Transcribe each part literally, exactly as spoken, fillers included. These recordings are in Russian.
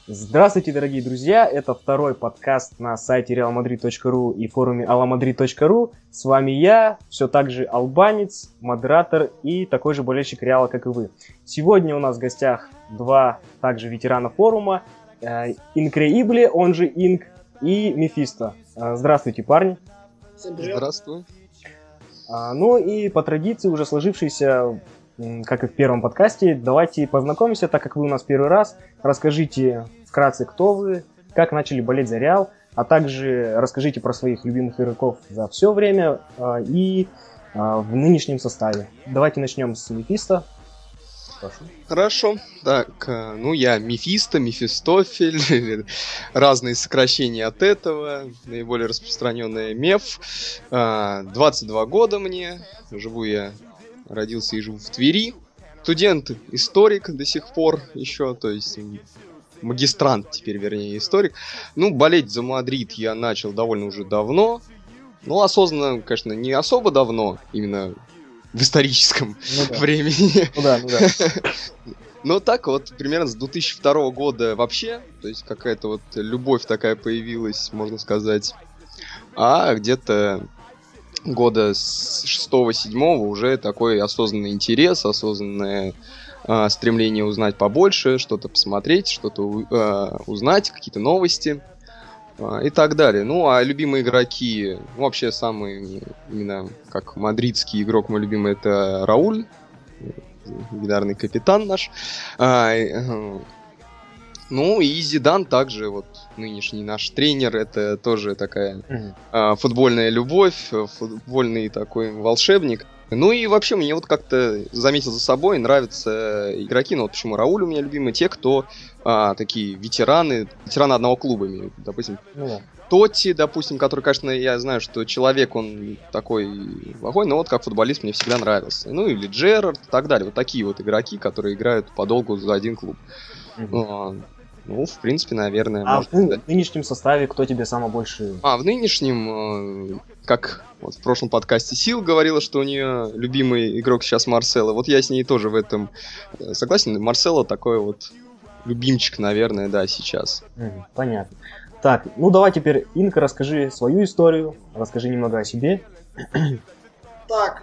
Здравствуйте, дорогие друзья! Это второй подкаст на сайте реал мадрид точка ру и форуме аламадрид точка ру. С вами я, все так же албанец, модератор и такой же болельщик Реала, как и вы. Сегодня у нас в гостях два также ветерана форума, Инкреибли, он же Инк, и Мефисто. Здравствуйте, парни! Всем привет! Здравствуй! Ну и по традиции, уже сложившейся, как и в первом подкасте, давайте познакомимся, так как вы у нас первый раз. Расскажите вкратце, кто вы, как начали болеть за Реал, а также расскажите про своих любимых игроков за все время э, и э, в нынешнем составе. Давайте начнем с Мефисто. Прошу. Хорошо. Так, ну я Мефисто, Мефистофель, разные сокращения от этого, наиболее распространенная Меф. двадцать два года мне, живу я, родился и живу в Твери. Студент, историк до сих пор еще, то есть магистрант теперь, вернее, историк. Ну, болеть за Мадрид я начал довольно уже давно. Ну, осознанно, конечно, не особо давно, именно в историческом ну, да. времени. Ну да, ну да. Но так вот, примерно с две тысячи второго года вообще, то есть какая-то вот любовь такая появилась, можно сказать. А где-то года с шестого-седьмого уже такой осознанный интерес, осознанное э, стремление узнать побольше, что-то посмотреть, что-то э, узнать, какие-то новости э, и так далее. Ну, а любимые игроки, ну, вообще самый, именно как мадридский игрок мой любимый, это Рауль, легендарный капитан наш. А, э, ну и Зидан также, вот нынешний наш тренер, это тоже такая mm-hmm. а, футбольная любовь, футбольный такой волшебник. Ну и вообще мне вот как-то заметил за собой, нравятся игроки, ну вот почему Рауль у меня любимый, те, кто а, такие ветераны, ветераны одного клуба, допустим. Mm-hmm. Тотти, допустим, который, конечно, я знаю, что человек, он такой плохой, но вот как футболист мне всегда нравился. Ну или Джерард и так далее. Вот такие вот игроки, которые играют подолгу за один клуб. Mm-hmm. Ну, в принципе, наверное. А в, ны- в нынешнем составе кто тебе самый больше... А, в нынешнем, э, как вот в прошлом подкасте Сил говорила, что у нее любимый игрок сейчас Марсело. Вот я с ней тоже в этом э, согласен. Марсело такой вот любимчик, наверное, да, сейчас. Mm, понятно. Так, ну давай теперь, Инка, расскажи свою историю, расскажи немного о себе. Так,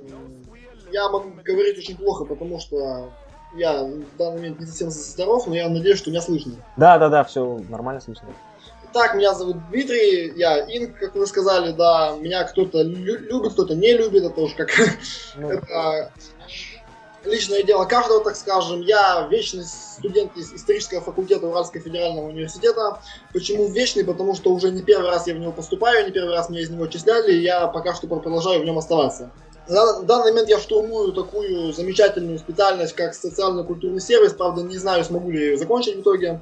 я могу говорить очень плохо, потому что я в данный момент не совсем здоров, но я надеюсь, что меня слышно. Да, да, да, все нормально слышно. Так, меня зовут Дмитрий, я Инк, как вы сказали, да, меня кто-то лю- любит, кто-то не любит, это уж как ну. это личное дело каждого, так скажем. Я вечный студент из исторического факультета Уральского федерального университета. Почему вечный? Потому что уже не первый раз я в него поступаю, не первый раз меня из него отчисляли, и я пока что продолжаю в нем оставаться. В данный момент я штурмую такую замечательную специальность, как социально-культурный сервис. Правда, не знаю, смогу ли я ее закончить в итоге.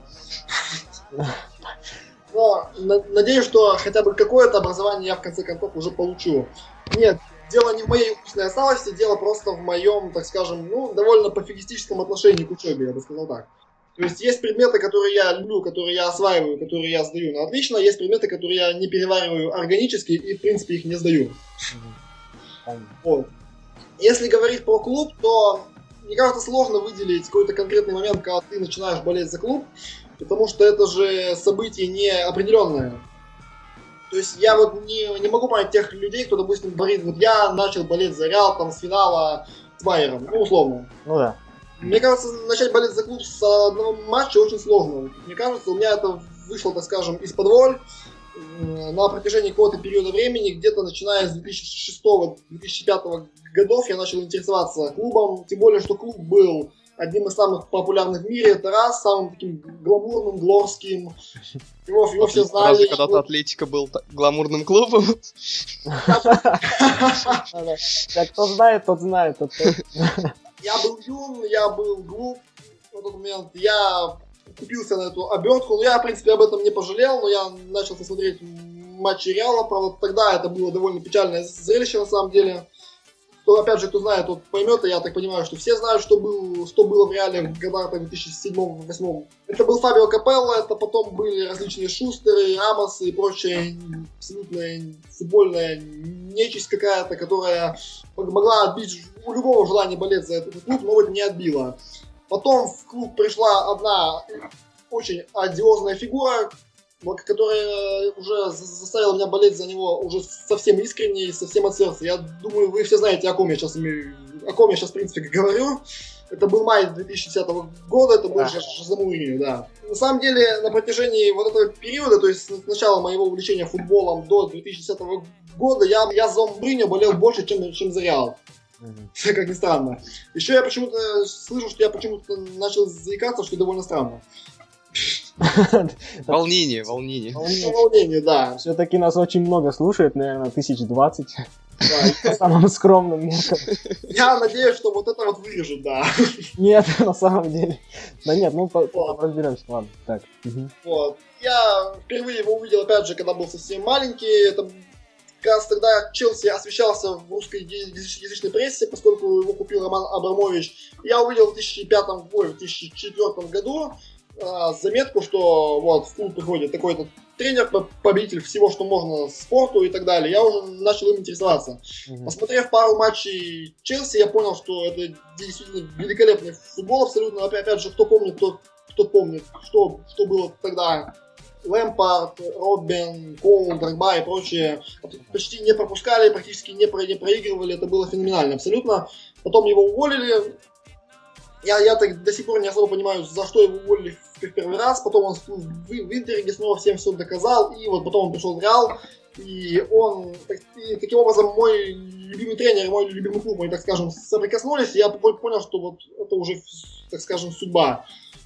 Но надеюсь, что хотя бы какое-то образование я в конце концов уже получу. Нет, дело не в моей устной осталости, дело просто в моем, так скажем, ну, довольно пофигистическом отношении к учебе, я бы сказал так. То есть есть предметы, которые я люблю, которые я осваиваю, которые я сдаю на отлично, есть предметы, которые я не перевариваю органически и, в принципе, их не сдаю. Вот. Если говорить про клуб, то мне кажется сложно выделить какой-то конкретный момент, когда ты начинаешь болеть за клуб, потому что это же событие неопределенное. То есть я вот не, не могу понять тех людей, кто, допустим, говорит, вот я начал болеть за Реал там с финала с Байером, ну условно. Ну да. Мне кажется, начать болеть за клуб с одного матча очень сложно. Мне кажется, у меня это вышло, так скажем, из-под воль. На протяжении какого-то периода времени, где-то начиная с две тысячи шестого - две тысячи пятого годов, я начал интересоваться клубом, тем более, что клуб был одним из самых популярных в мире, это раз, самым таким гламурным, глорским, его, его все знали. Разве когда-то Атлетико был гламурным клубом? Кто знает, тот знает. Я был юн, я был глуп в тот момент, я купился на эту обертку, но я, в принципе, об этом не пожалел, но я начал смотреть матчи Реала, правда, тогда это было довольно печальное зрелище, на самом деле. Кто, опять же, кто знает, тот поймет, и я так понимаю, что все знают, что, был, что было в Реале в годах две тысячи седьмом - две тысячи восьмом. Это был Фабио Капелло, это потом были различные Шустеры, Рамосы и прочая абсолютная футбольная нечисть какая-то, которая могла отбить у любого желания болеть за этот клуб, но вот не отбила. Потом в клуб пришла одна очень одиозная фигура, которая уже заставила меня болеть за него уже совсем искренне и совсем от сердца. Я думаю, вы все знаете, о ком я сейчас, о ком я сейчас в принципе, говорю. Это был май две тысячи десятого года, это был да. Жозе Мourinho, да. На самом деле, на протяжении вот этого периода, то есть с начала моего увлечения футболом до две тысячи десятого года, я, я за Мourinho болел больше, чем, чем за Реал. Mm-hmm. Как ни странно. Еще я почему-то слышу, что я почему-то начал заикаться, что довольно странно. Волнение, волнение. Волнение, да. Все-таки нас очень много слушает, наверное, тысяч двадцать. Да, по самым скромным меркам. Я надеюсь, что вот это вот вырежут, да. Нет, на самом деле. Да нет, ну вот. Разберемся, ладно. Так. Угу. Вот. Я впервые его увидел, опять же, когда был совсем маленький. Это как раз тогда Челси освещался в русскоязычной прессе, поскольку его купил Роман Абрамович. Я увидел в две тысячи пятом, ой, в две тысячи четвёртом году а, заметку, что вот в клуб приходит такой-то тренер, победитель всего, что можно спорту и так далее. Я уже начал им интересоваться. Mm-hmm. Посмотрев пару матчей Челси, я понял, что это действительно великолепный футбол абсолютно. Опять, опять же, кто помнит, тот, кто помнит, что, что было тогда. Лэмпард, Роббин, Коул, Дрогба и прочие почти не пропускали, практически не, про, не проигрывали. Это было феноменально абсолютно. Потом его уволили. Я, я так до сих пор не особо понимаю, за что его уволили в первый раз. Потом он в, в, в Интере снова всем все доказал. И вот потом он пришел в Реал. И он, и таким образом, мой любимый тренер, мой любимый клуб, они, так скажем, соприкоснулись. И я понял, что вот это уже, так скажем, судьба.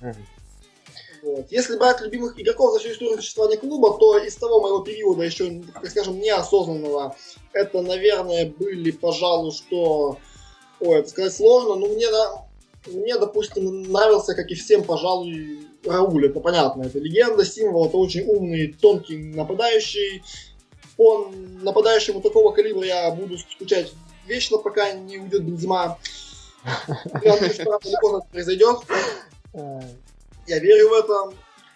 Вот. Если брать любимых игроков за всю историю существования клуба, то из того моего периода, еще, так скажем, неосознанного, это, наверное, были, пожалуй, что... Ой, это сказать сложно, но мне, мне, допустим, нравился, как и всем, пожалуй, Рауль. Это понятно, это легенда, символ, это очень умный, тонкий нападающий. По нападающему такого калибра я буду скучать вечно, пока не уйдет Бензема. Я надеюсь, что рано или поздно это произойдет. Я верю в это.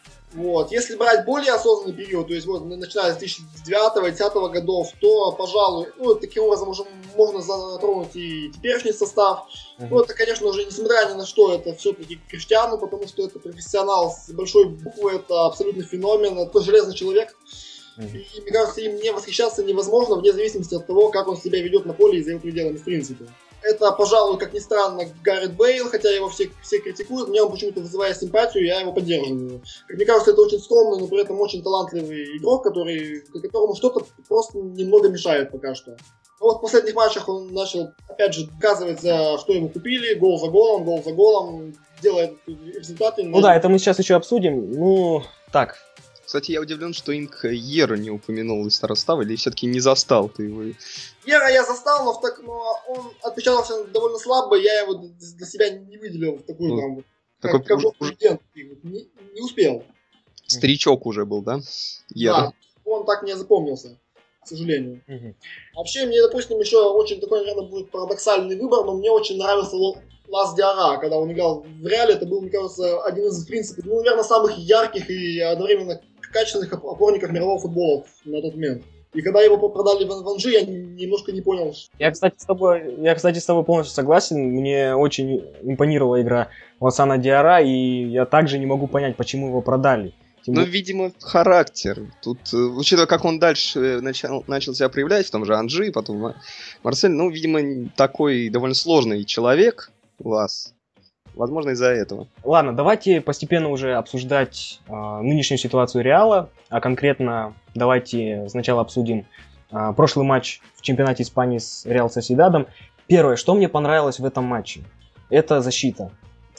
Вот. Если брать более осознанный период, то есть вот, начиная с две тысячи девятого — две тысячи десятого годов, то, пожалуй, ну, таким образом уже можно затронуть и теперешний состав. Uh-huh. Ну, это, конечно же, несмотря ни на что, это все-таки Криштиану, потому что это профессионал с большой буквы, это абсолютный феномен, это железный человек. Uh-huh. И, мне кажется, им не восхищаться невозможно, вне зависимости от того, как он себя ведет на поле и за его пределами, в принципе. Это, пожалуй, как ни странно, Гаррет Бейл, хотя его все, все критикуют, мне он почему-то вызывает симпатию, я его поддерживаю. Как мне кажется, это очень скромный, но при этом очень талантливый игрок, который, которому что-то просто немного мешает пока что. Но вот в последних матчах он начал, опять же, доказывать, за что его купили, гол за голом, гол за голом, делает результаты. Ну да, это мы сейчас еще обсудим. Ну, так. Кстати, я удивлен, что Инк Ера не упомянул из состава, или все-таки не застал ты его? Ера я застал, но, в так, но он отпечатался довольно слабо, я его для себя не выделил в такую, ну, там, такой, как, как уже... студент, не, не успел. Старичок уже был, да? Ера. Да, он так не запомнился, к сожалению. Угу. Вообще, мне, допустим, еще очень такой, наверное, будет парадоксальный выбор, но мне очень нравился Лас Диара, когда он играл в Реале, это был, мне кажется, один из, в принципе, ну, наверное, самых ярких и одновременно качественных опорников мирового футбола на тот момент. И когда его продали в Анжи, я немножко не понял. Я, кстати, с тобой, я, кстати, с тобой полностью согласен. Мне очень импонировала игра Лассана Диара, и я также не могу понять, почему его продали. Тем... Ну, видимо, характер. Тут, учитывая, как он дальше начал, начал себя проявлять, в том же Анжи, потом Марсель, ну, видимо, такой довольно сложный человек, Лас. Возможно, из-за этого. Ладно, давайте постепенно уже обсуждать э, нынешнюю ситуацию Реала, а конкретно давайте сначала обсудим э, прошлый матч в чемпионате Испании с Реал Соседадом. Первое, что мне понравилось в этом матче, это защита.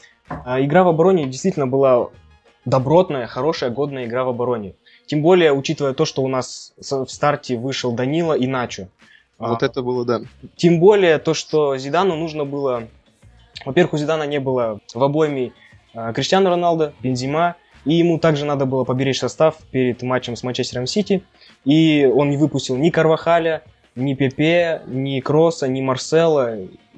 Э, игра в обороне действительно была добротная, хорошая, годная игра в обороне. Тем более, учитывая то, что у нас в старте вышел Данила и Начо. Вот э, это было, да. Тем более, то, что Зидану нужно было... Во-первых, у Зидана не было в обойме э, Криштиану Роналдо, Бензема, и ему также надо было поберечь состав перед матчем с Манчестером Сити, и он не выпустил ни Карвахаля, ни Пепе, ни Кросса, ни Марсела,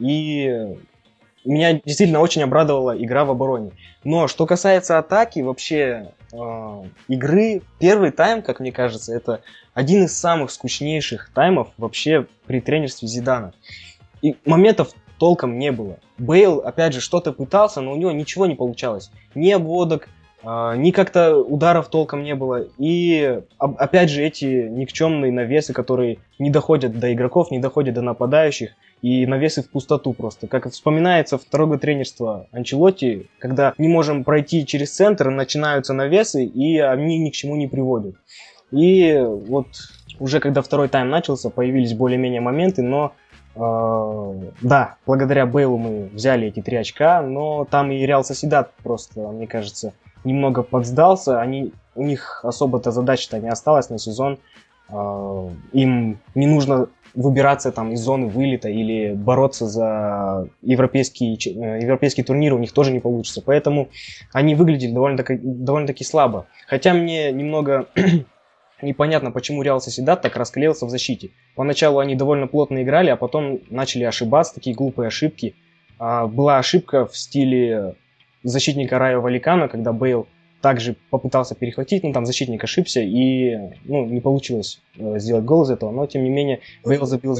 и меня действительно очень обрадовала игра в обороне. Но что касается атаки, вообще э, игры, первый тайм, как мне кажется, это один из самых скучнейших таймов вообще при тренерстве Зидана. И моментов толком не было. Бейл, опять же, что-то пытался, но у него ничего не получалось. Ни обводок, А, ни как-то ударов толком не было. И опять же эти никчемные навесы, которые не доходят до игроков, не доходят до нападающих. И навесы в пустоту просто. Как вспоминается второе год тренерства Анчелотти, когда не можем пройти через центр, начинаются навесы, и они ни к чему не приводят. И вот уже когда второй тайм начался, появились более-менее моменты, но э, да, благодаря Бейлу мы взяли эти три очка, но там и Реал Сосьедад просто, мне кажется, немного подсдался. Они, у них особо-то задачи-то не осталось на сезон. Э, им не нужно выбираться там из зоны вылета или бороться за европейский, европейский турнир, у них тоже не получится. Поэтому они выглядели довольно-таки, довольно-таки слабо. Хотя мне немного непонятно, почему Реал Сосьедад так расклеился в защите. Поначалу они довольно плотно играли, а потом начали ошибаться, такие глупые ошибки. А, была ошибка в стиле защитника Райо Валикано, когда Бейл также попытался перехватить, ну там защитник ошибся и ну, не получилось э, сделать гол из этого, но тем не менее Бейл забил...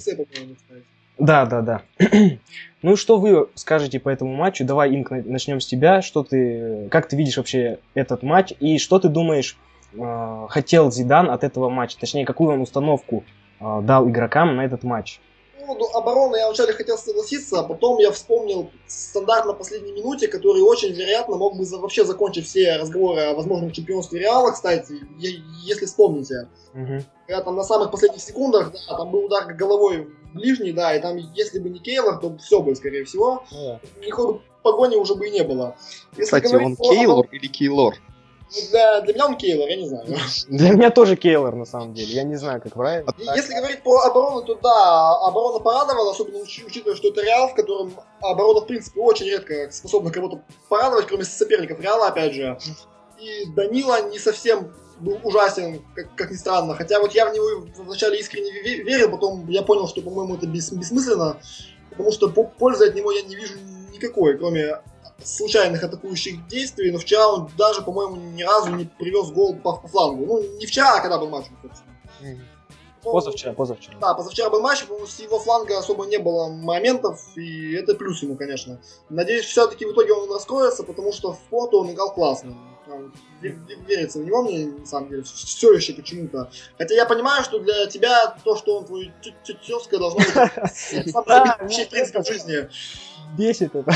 Да, да, да. Ну и что вы скажете по этому матчу? Давай, Инк, начнем с тебя. Что ты, как ты видишь вообще этот матч и что ты думаешь, э, хотел Зидан от этого матча? Точнее, какую он установку э, дал игрокам на этот матч? По поводу обороны я вначале хотел согласиться, а потом я вспомнил стандарт на последней минуте, который очень вероятно мог бы за, вообще закончить все разговоры о возможном чемпионстве Реала, кстати, е- если вспомните. Угу. Когда там на самых последних секундах, да, там был удар головой в ближний, да, и там, если бы не Кейлор, то все бы, скорее всего. Yeah. Никакой погони уже бы и не было. Если Кстати, он Кейлор обор... или Кейлор? Для, для меня он Кейлор, я не знаю. Для меня тоже Кейлор, на самом деле. Я не знаю, как правильно. Если говорить про оборону, то да, оборона порадовала, особенно учитывая, что это Реал, в котором оборона, в принципе, очень редко способна кого-то порадовать, кроме соперников Реала, опять же. И Данила не совсем был ужасен, как, как ни странно. Хотя вот я в него вначале искренне верил, потом я понял, что, по-моему, это бес, бессмысленно, потому что пользы от него я не вижу никакой, кроме случайных атакующих действий, но вчера он даже, по-моему, ни разу не привез гол по, по флангу. Ну, не вчера, а когда был матч, собственно. Mm-hmm. Позавчера, позавчера. Да, позавчера был матч, по-моему, с его фланга особо не было моментов, и это плюс ему, конечно. Надеюсь, все-таки в итоге он раскроется, потому что в Порту он играл классно. Верится в него мне, на самом деле, все еще почему-то. Хотя я понимаю, что для тебя то, что он твой тетёвское, должно быть самое вообще, в принципе, в жизни. Бесит это.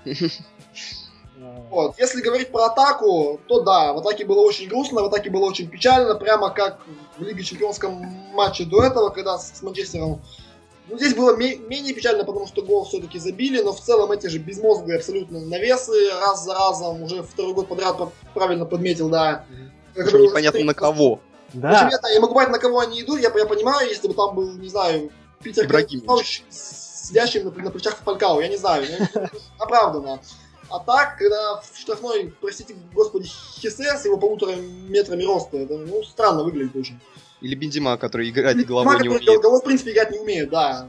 Вот. Если говорить про атаку, то да, в атаке было очень грустно, в атаке было очень печально, прямо как в Лиге Чемпионском матче до этого, когда с, с Манчестером. Ну, здесь было ме- менее печально, потому что гол все-таки забили, но в целом эти же безмозглые абсолютно навесы раз за разом, уже второй год подряд правильно подметил, да. Уже непонятно на кого. Да. В общем, я, я могу понять, на кого они идут, я, я понимаю, если бы там был, не знаю, Питер Ибрагимович, сидящим на, на плечах Фалькао, я не знаю, оправданно. А так, когда в штрафной, простите, господи, Хесе с его полутора метрами роста, это, ну, странно выглядит очень. Или Бензима, который играть Или головой Бензима, не умеет. Головой, в принципе, играть не умеет, да.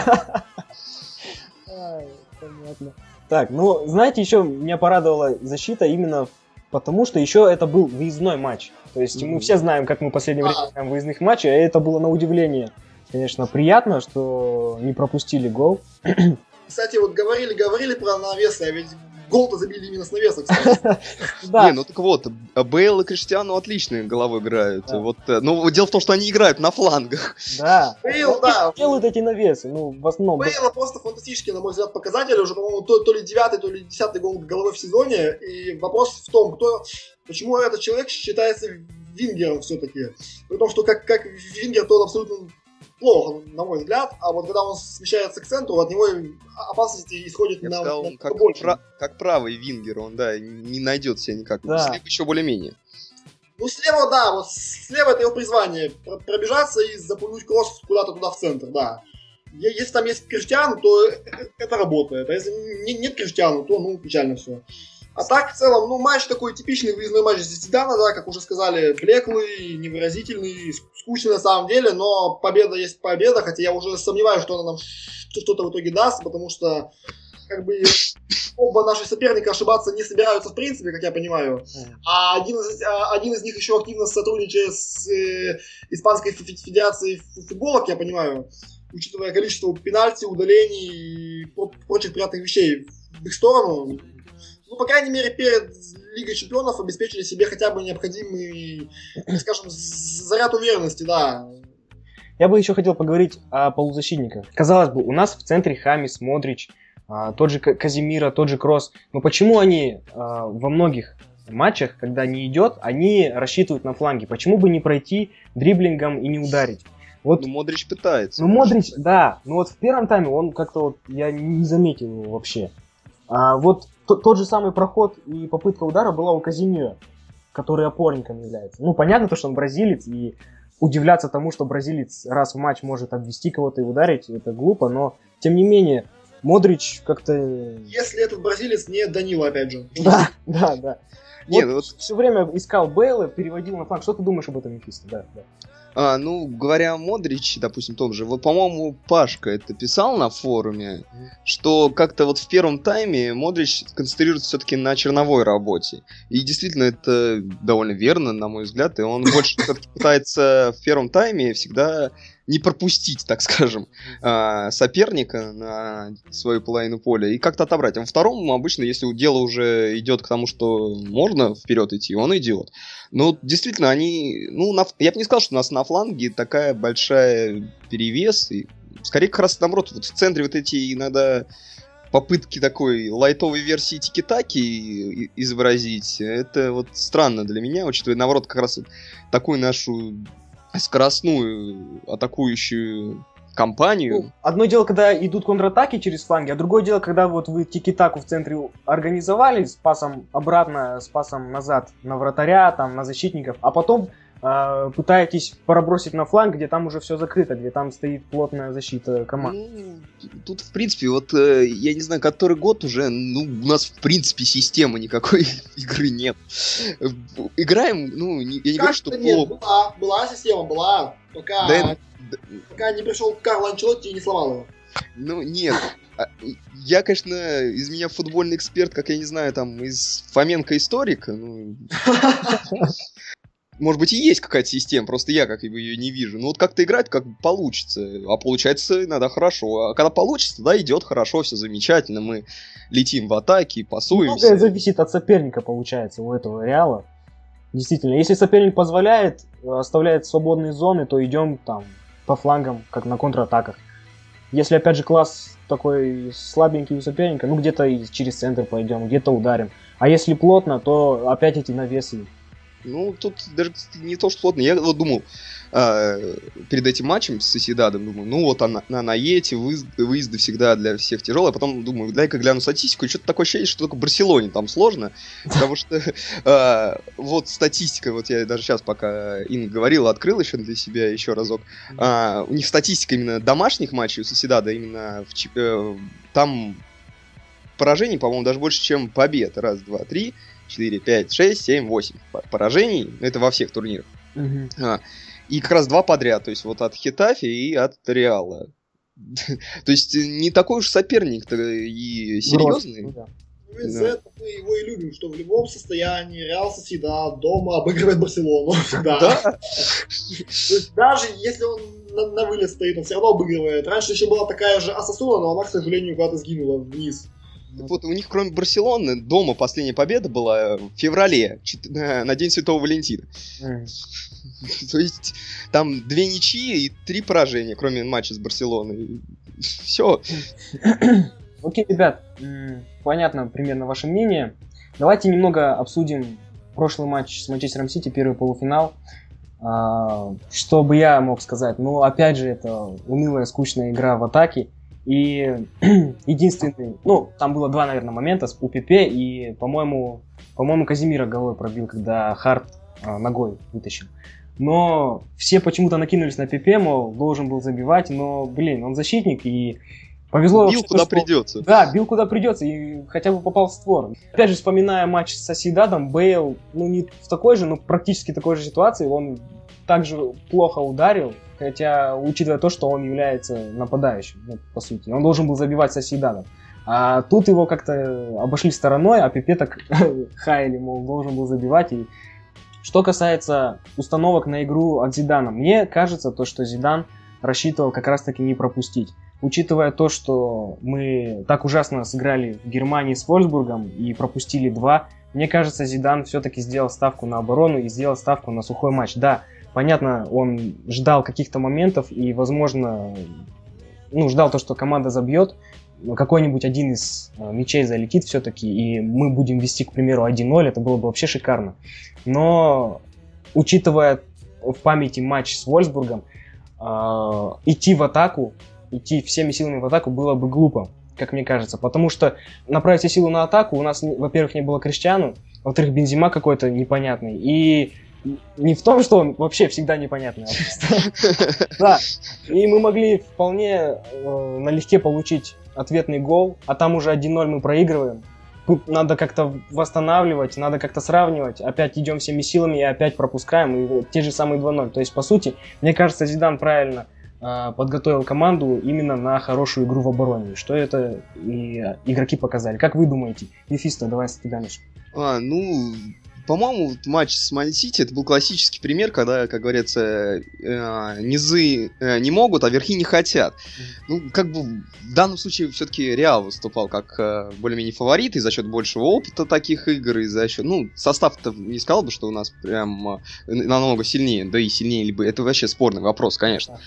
Понятно. Так, ну, знаете, еще меня порадовала защита именно потому, что еще это был выездной матч. То есть мы все знаем, как мы в последнее время играем выездных матчей, а это было на удивление. Конечно, приятно, что не пропустили гол. Кстати, вот говорили-говорили про навесы, а ведь гол-то забили именно с навеса, кстати. Да. Не, ну так вот, Бейл и Криштиану отлично головой играют. Да. Вот, ну, дело в том, что они играют на флангах. Да. Бейл, да. Делают эти навесы, ну, в основном. Бейла просто фантастический, на мой взгляд, показатель. Уже, по-моему, то, то ли девятый, то ли десятый гол головой в сезоне. И вопрос в том, кто, почему этот человек считается вингером все-таки. При том, что как, как вингер, то он абсолютно плохо, на мой взгляд, а вот когда он смещается к центру, от него опасности исходит Я на, сказал, на как, больше. Пра- как правый вингер, он, да, не найдет себя никак. Да. Слева еще более-менее. Ну, слева, да, вот слева это его призвание, пробежаться и запульнуть кросс куда-то туда в центр, да. Если там есть Криштиану, то это работает, а если нет Криштиану, то, ну, печально все. А так, в целом, ну, матч такой типичный выездной матч Зидана, да, как уже сказали, блеклый, невыразительный, скучный на самом деле, но победа есть победа, хотя я уже сомневаюсь, что она нам что-то в итоге даст, потому что, как бы, оба наши соперника ошибаться не собираются в принципе, как я понимаю, а один из, один из них еще активно сотрудничает с э, Испанской Федерацией футбола, как я понимаю, учитывая количество пенальти, удалений и прочих приятных вещей в их сторону. Ну, по крайней мере, перед Лигой Чемпионов обеспечили себе хотя бы необходимый, так скажем, заряд уверенности, да. Я бы еще хотел поговорить о полузащитниках. Казалось бы, у нас в центре Хамис, Модрич, тот же Казимира, тот же Кросс. Но почему они во многих матчах, когда не идет, они рассчитывают на фланге? Почему бы не пройти дриблингом и не ударить? Вот, ну, Модрич пытается. Ну, Модрич, да. Но вот в первом тайме он как-то вот, я не заметил его вообще. А вот т- тот же самый проход и попытка удара была у Казимира, который опорником является. Ну, понятно то, что он бразилец, и удивляться тому, что бразилец раз в матч может обвести кого-то и ударить, это глупо, но, тем не менее, Модрич как-то... Если этот бразилец не Данила, опять же. Да, да, да. Нет, вот вот... все время искал Бейла, переводил на фланг. Что ты думаешь об этом, Мефисто? Да, да. А, ну, говоря о Модриче, допустим, том же, вот, по-моему, Пашка это писал на форуме, mm. что как-то вот в первом тайме Модрич концентрируется все-таки на черновой работе. И действительно, это довольно верно, на мой взгляд, и он больше все-таки пытается в первом тайме всегда не пропустить, так скажем, соперника на свою половину поля и как-то отобрать. А во втором обычно, если дело уже идет к тому, что можно вперед идти, он идет. Но действительно, они... Ну, на, я бы не сказал, что у нас на фланге такая большая перевес. И, скорее, как раз наоборот, вот в центре вот эти иногда попытки такой лайтовой версии тики-таки изобразить, это вот странно для меня, учитывая, наоборот, как раз вот такую нашу скоростную атакующую компанию. Ну, одно дело, когда идут контратаки через фланги, а другое дело, когда вот вы тики-таку в центре организовали с пасом обратно, с пасом назад на вратаря, там, на защитников, а потом э, пытаетесь пробросить на фланг, где там уже все закрыто, где там стоит плотная защита команд. Ну, тут, в принципе, вот, э, я не знаю, который год уже, ну, у нас, в принципе, системы никакой игры нет. Играем, ну, не, я не говорю, что... Нет, была, была система, была, пока... Да, Пока не пришел Карло Анчелотти и не сломал его. Ну, нет. Я, конечно, из меня футбольный эксперт, как я не знаю, там, из Фоменко историка. Ну, может быть, и есть какая-то система, просто я как бы ее не вижу. Ну, вот как-то играть, как получится. А получается иногда хорошо. А когда получится, тогда идет хорошо, все замечательно. Мы летим в атаке, пасуемся. Многое зависит от соперника, получается, у этого Реала. Действительно, если соперник позволяет, оставляет свободные зоны, то идем там по флангам, как на контратаках. Если, опять же, класс такой слабенький у соперника, ну, где-то и через центр пойдем, где-то ударим. А если плотно, то опять эти навесы. Ну, тут даже не то, что плотно. Я вот думал, э, перед этим матчем с Соседадом, думаю, ну, вот она, на Наете, выезды, выезды всегда для всех тяжелые. А потом думаю, дай-ка гляну статистику, и что-то такое ощущение, что только в Барселоне там сложно. Потому что э, вот статистика, вот я даже сейчас, пока Инга говорила, открыл еще для себя еще разок. Э, у них статистика именно домашних матчей у Соседада, именно в, э, там поражений, по-моему, даже больше, чем побед. Раз, два, три... четыре, пять, шесть, семь, восемь поражений. Это во всех турнирах. Uh-huh. А, и как раз два подряд. То есть вот от Хетафи и от Реала. То есть не такой уж соперник-то и серьезный. Ну, из-за этого мы его и любим, что в любом состоянии Реал Сосьедад дома обыгрывает Барселону. Всегда. То есть даже если он на, на вылет стоит, он все равно обыгрывает. Раньше еще была такая же Осасуна, но она, к сожалению, куда-то сгинула вниз. Вот у них, кроме Барселоны, дома последняя победа была в феврале, на День Святого Валентина. Mm. То есть там две ничьи и три поражения, кроме матча с Барселоной. Все. Окей, ребят, понятно примерно ваше мнение. Давайте немного обсудим прошлый матч с Манчестером Сити, первый полуфинал. Что бы я мог сказать? Ну, опять же, это унылая, скучная игра в атаке. И единственный, ну, там было два, наверное, момента у Пепе, и, по-моему, по-моему, Казимира головой пробил, когда Харт а, ногой вытащил. Но все почему-то накинулись на Пепе, мол, должен был забивать, но, блин, он защитник, и повезло... Бил куда что... придется. Да, бил куда придется, и хотя бы попал в створ. Опять же, вспоминая матч с Соседадом, Бейл, ну, не в такой же, но практически такой же ситуации, он также плохо ударил. Хотя, учитывая то, что он является нападающим, ну, по сути. Он должен был забивать Соседадом. А тут его как-то обошли стороной, а Пепе так хайли, мол, должен был забивать. И что касается установок на игру от Зидана, мне кажется, то, что Зидан рассчитывал как раз-таки не пропустить. учитывая то, что мы так ужасно сыграли в Германии с Вольфсбургом и пропустили два, мне кажется, Зидан все-таки сделал ставку на оборону и сделал ставку на сухой матч. Да, понятно, он ждал каких-то моментов и, возможно, ну, ждал то, что команда забьет, какой-нибудь один из э, мячей залетит все-таки, и мы будем вести, к примеру, один ноль, это было бы вообще шикарно. Но, учитывая в памяти матч с Вольфсбургом, э, идти в атаку, идти всеми силами в атаку было бы глупо, как мне кажется, потому что направить все силы на атаку у нас, во-первых, не было Криштиану, во-вторых, Бензема какой-то непонятный, и не в том, что он вообще всегда непонятный, а просто... Да, и мы могли вполне э, налегке получить ответный гол, а там уже один ноль мы проигрываем. Тут надо как-то восстанавливать, надо как-то сравнивать. Опять идем всеми силами и опять пропускаем. И вот те же самые два ноль. То есть, по сути, мне кажется, Зидан правильно э, подготовил команду именно на хорошую игру в обороне. Что это и игроки показали. Как вы думаете? Мефисто, давай с тебя начнем. А, ну... По-моему, вот матч с Ман-Сити это был классический пример, когда, как говорится, э, низы э, не могут, а верхи не хотят. Ну, как бы в данном случае все-таки Реал выступал как э, более-менее фаворит и за счет большего опыта таких игр, и за счет... Ну, состав-то не сказал бы, что у нас прям э, намного сильнее, да и сильнее либо... Это вообще спорный вопрос, конечно.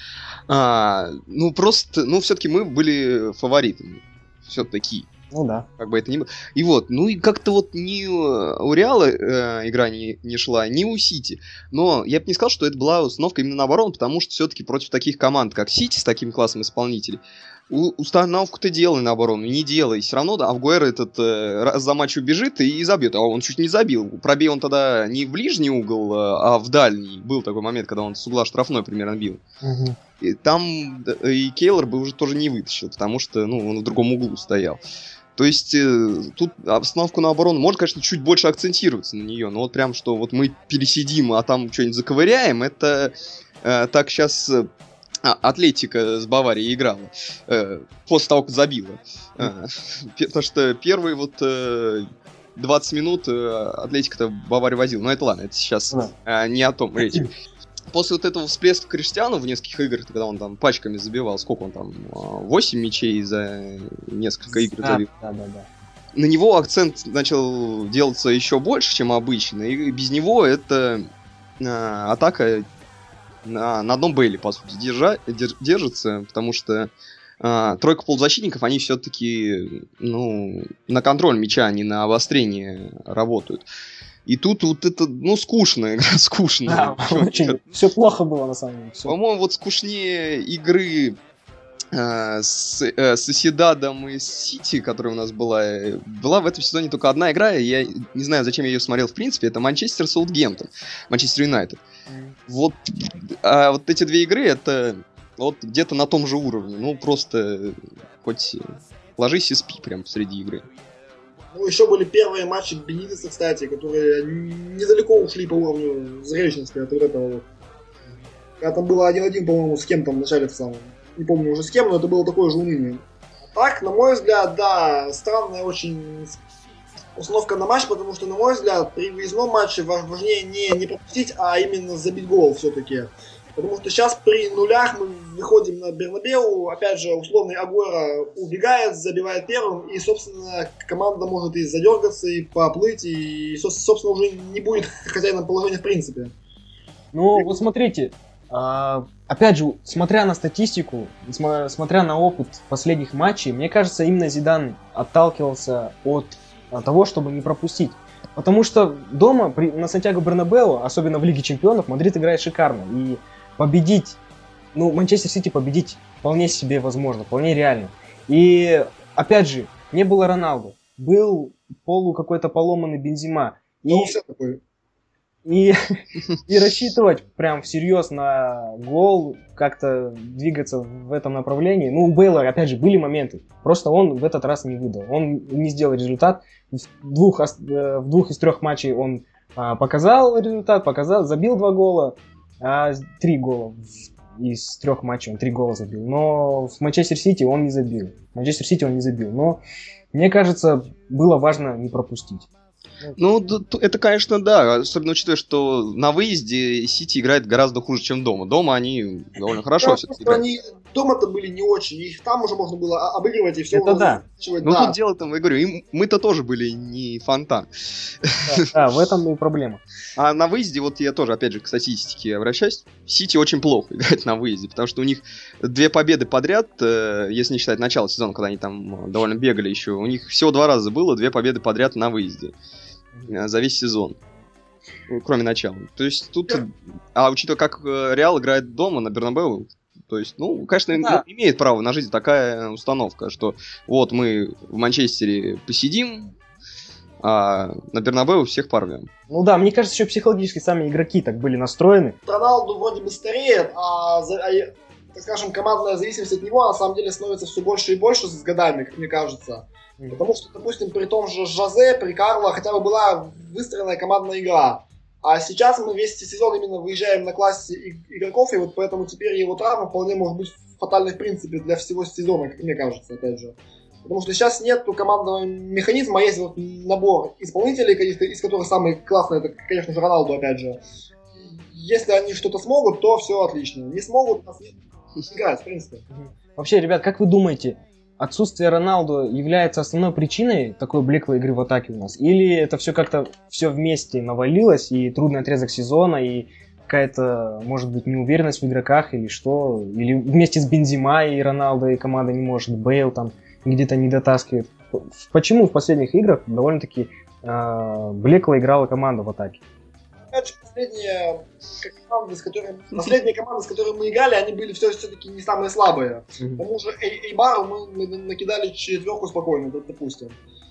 А, ну, просто, ну, все-таки мы были фаворитами. Все-таки. Ну да. Как бы это ни было. И вот, ну и как-то вот ни у Реала э, игра не, не шла, ни у Сити. Но я бы не сказал, что это была установка именно на оборону, потому что все-таки против таких команд, как Сити, с таким классом исполнителей, у, установку-то делай на оборону, не делай. Все равно, да, Авгуэро этот э, раз за матч убежит и забьет. А он чуть не забил. Пробей он тогда не в ближний угол, а в дальний. Был такой момент, когда он с угла штрафной примерно бил. Угу. И там и Кейлор бы уже тоже не вытащил, потому что, ну, он в другом углу стоял. То есть э, тут обстановку на оборону можно, конечно, чуть больше акцентироваться на нее, но вот прям, что вот мы пересидим, а там что-нибудь заковыряем, это э, так сейчас э, Атлетика с Баварией играла, э, после того, как забила. Э, потому что первые вот э, двадцать минут э, Атлетика-то Баварию возила, но это ладно, это сейчас э, не о том речь. После вот этого всплеска Криштиану в нескольких играх, когда он там пачками забивал, сколько он там, восемь мячей за несколько игр да, забил. Да, да, да. На него акцент начал делаться еще больше, чем обычно, и без него это э, атака на, на одном Бейле, по сути, держа, держ, держится, потому что э, тройка полузащитников, они все-таки, ну, на контроль мяча, а не на обострение работают. И тут вот это, ну, скучно, игра скучная. Да, очень. Все плохо было, на самом деле. Всё. По-моему, вот скучнее игры э, с э, Соседадом и Сити, которая у нас была, была в этом сезоне только одна игра, и я не знаю, зачем я ее смотрел в принципе, это Манчестер Саутгемптон, Манчестер Юнайтед. Mm. Вот, а вот эти две игры, это вот где-то на том же уровне, ну, просто хоть ложись и спи прям посреди игры. Ну, еще были первые матчи Бенитеса, кстати, которые недалеко ушли по уровню зрелищности от вот этого. Когда там было один-один, по-моему, с кем-то в начале в самом. Не помню уже с кем, но это было такое же уныние. Так, на мой взгляд, да, странная очень установка на матч, потому что, на мой взгляд, при выездном матче важнее не, не пропустить, а именно забить гол все-таки. Потому что сейчас при нулях мы выходим на Бернабеу, опять же, условный Агуэро убегает, забивает первым, и, собственно, команда может и задергаться, и поплыть, и, собственно, уже не будет хозяином положения в принципе. Ну, вот смотрите, опять же, смотря на статистику, смотря на опыт последних матчей, мне кажется, именно Зидан отталкивался от того, чтобы не пропустить. Потому что дома при, на Сантьяго Бернабеу, особенно в Лиге Чемпионов, Мадрид играет шикарно. И победить, ну, Манчестер Сити победить вполне себе возможно, вполне реально. И, опять же, не было Роналду. Был полу какой-то поломанный Бензема. И, и, и рассчитывать прям всерьез на гол, как-то двигаться в этом направлении. Ну, у Бейла, опять же, были моменты. Просто он в этот раз не выдал. Он не сделал результат. В двух, в двух из трех матчей он а, показал результат, показал, забил два гола, а три гола из трех матчей он три гола забил. Но в Манчестер Сити он не забил. В Манчестер Сити он не забил. Но мне кажется, было важно не пропустить. Ну, это, конечно, да. Особенно учитывая, что на выезде Сити играет гораздо хуже, чем дома. Дома они довольно хорошо все-таки играют. Они дома-то были не очень. Их там уже можно было обыгрывать и все. Это да. Ну, да. Тут дело-то, я говорю, мы-то тоже были не фонтан. Да, да, в этом и проблема. А на выезде, вот я тоже, опять же, к статистике обращаюсь, Сити очень плохо играет на выезде, потому что у них две победы подряд, если не считать начало сезона, когда они там довольно бегали еще, у них всего два раза было две победы подряд на выезде за весь сезон, кроме начала. То есть тут, а учитывая, как Реал играет дома на Бернабеу, то есть, ну, конечно, да. имеет право на жизнь такая установка, что вот мы в Манчестере посидим, а на Бернабеу всех порвем. Ну да, мне кажется, еще психологически сами игроки так были настроены. Роналду вроде бы стареет, а, а так скажем, командная зависимость от него на самом деле становится все больше и больше с годами, как мне кажется. Mm-hmm. Потому что, допустим, при том же Жозе, при Карло хотя бы была выстроенная командная игра. А сейчас мы весь сезон именно выезжаем на классе игроков, и вот поэтому теперь его травма вполне может быть фатальной в принципе для всего сезона, как мне кажется, опять же. Потому что сейчас нет командного механизма, а есть вот набор исполнителей, из которых самый классный, это, конечно же, Роналду, опять же. Если они что-то смогут, то все отлично. Не смогут, нас нет играть, в принципе. Вообще, ребят, как вы думаете, отсутствие Роналду является основной причиной такой блеклой игры в атаке у нас? Или это все как-то все вместе навалилось, и трудный отрезок сезона, и какая-то, может быть, неуверенность в игроках, или что? Или вместе с Бензема и Роналдо, и команда не может, Бейл там где-то не дотаскивает. Почему в последних играх довольно-таки э, блекло играла команда в атаке? Опять же, последние команды, с которыми, последние команды, с которыми мы играли, они были все, все-таки не самые слабые. Mm-hmm. К тому же Эйбару мы накидали четверку спокойно, допустим.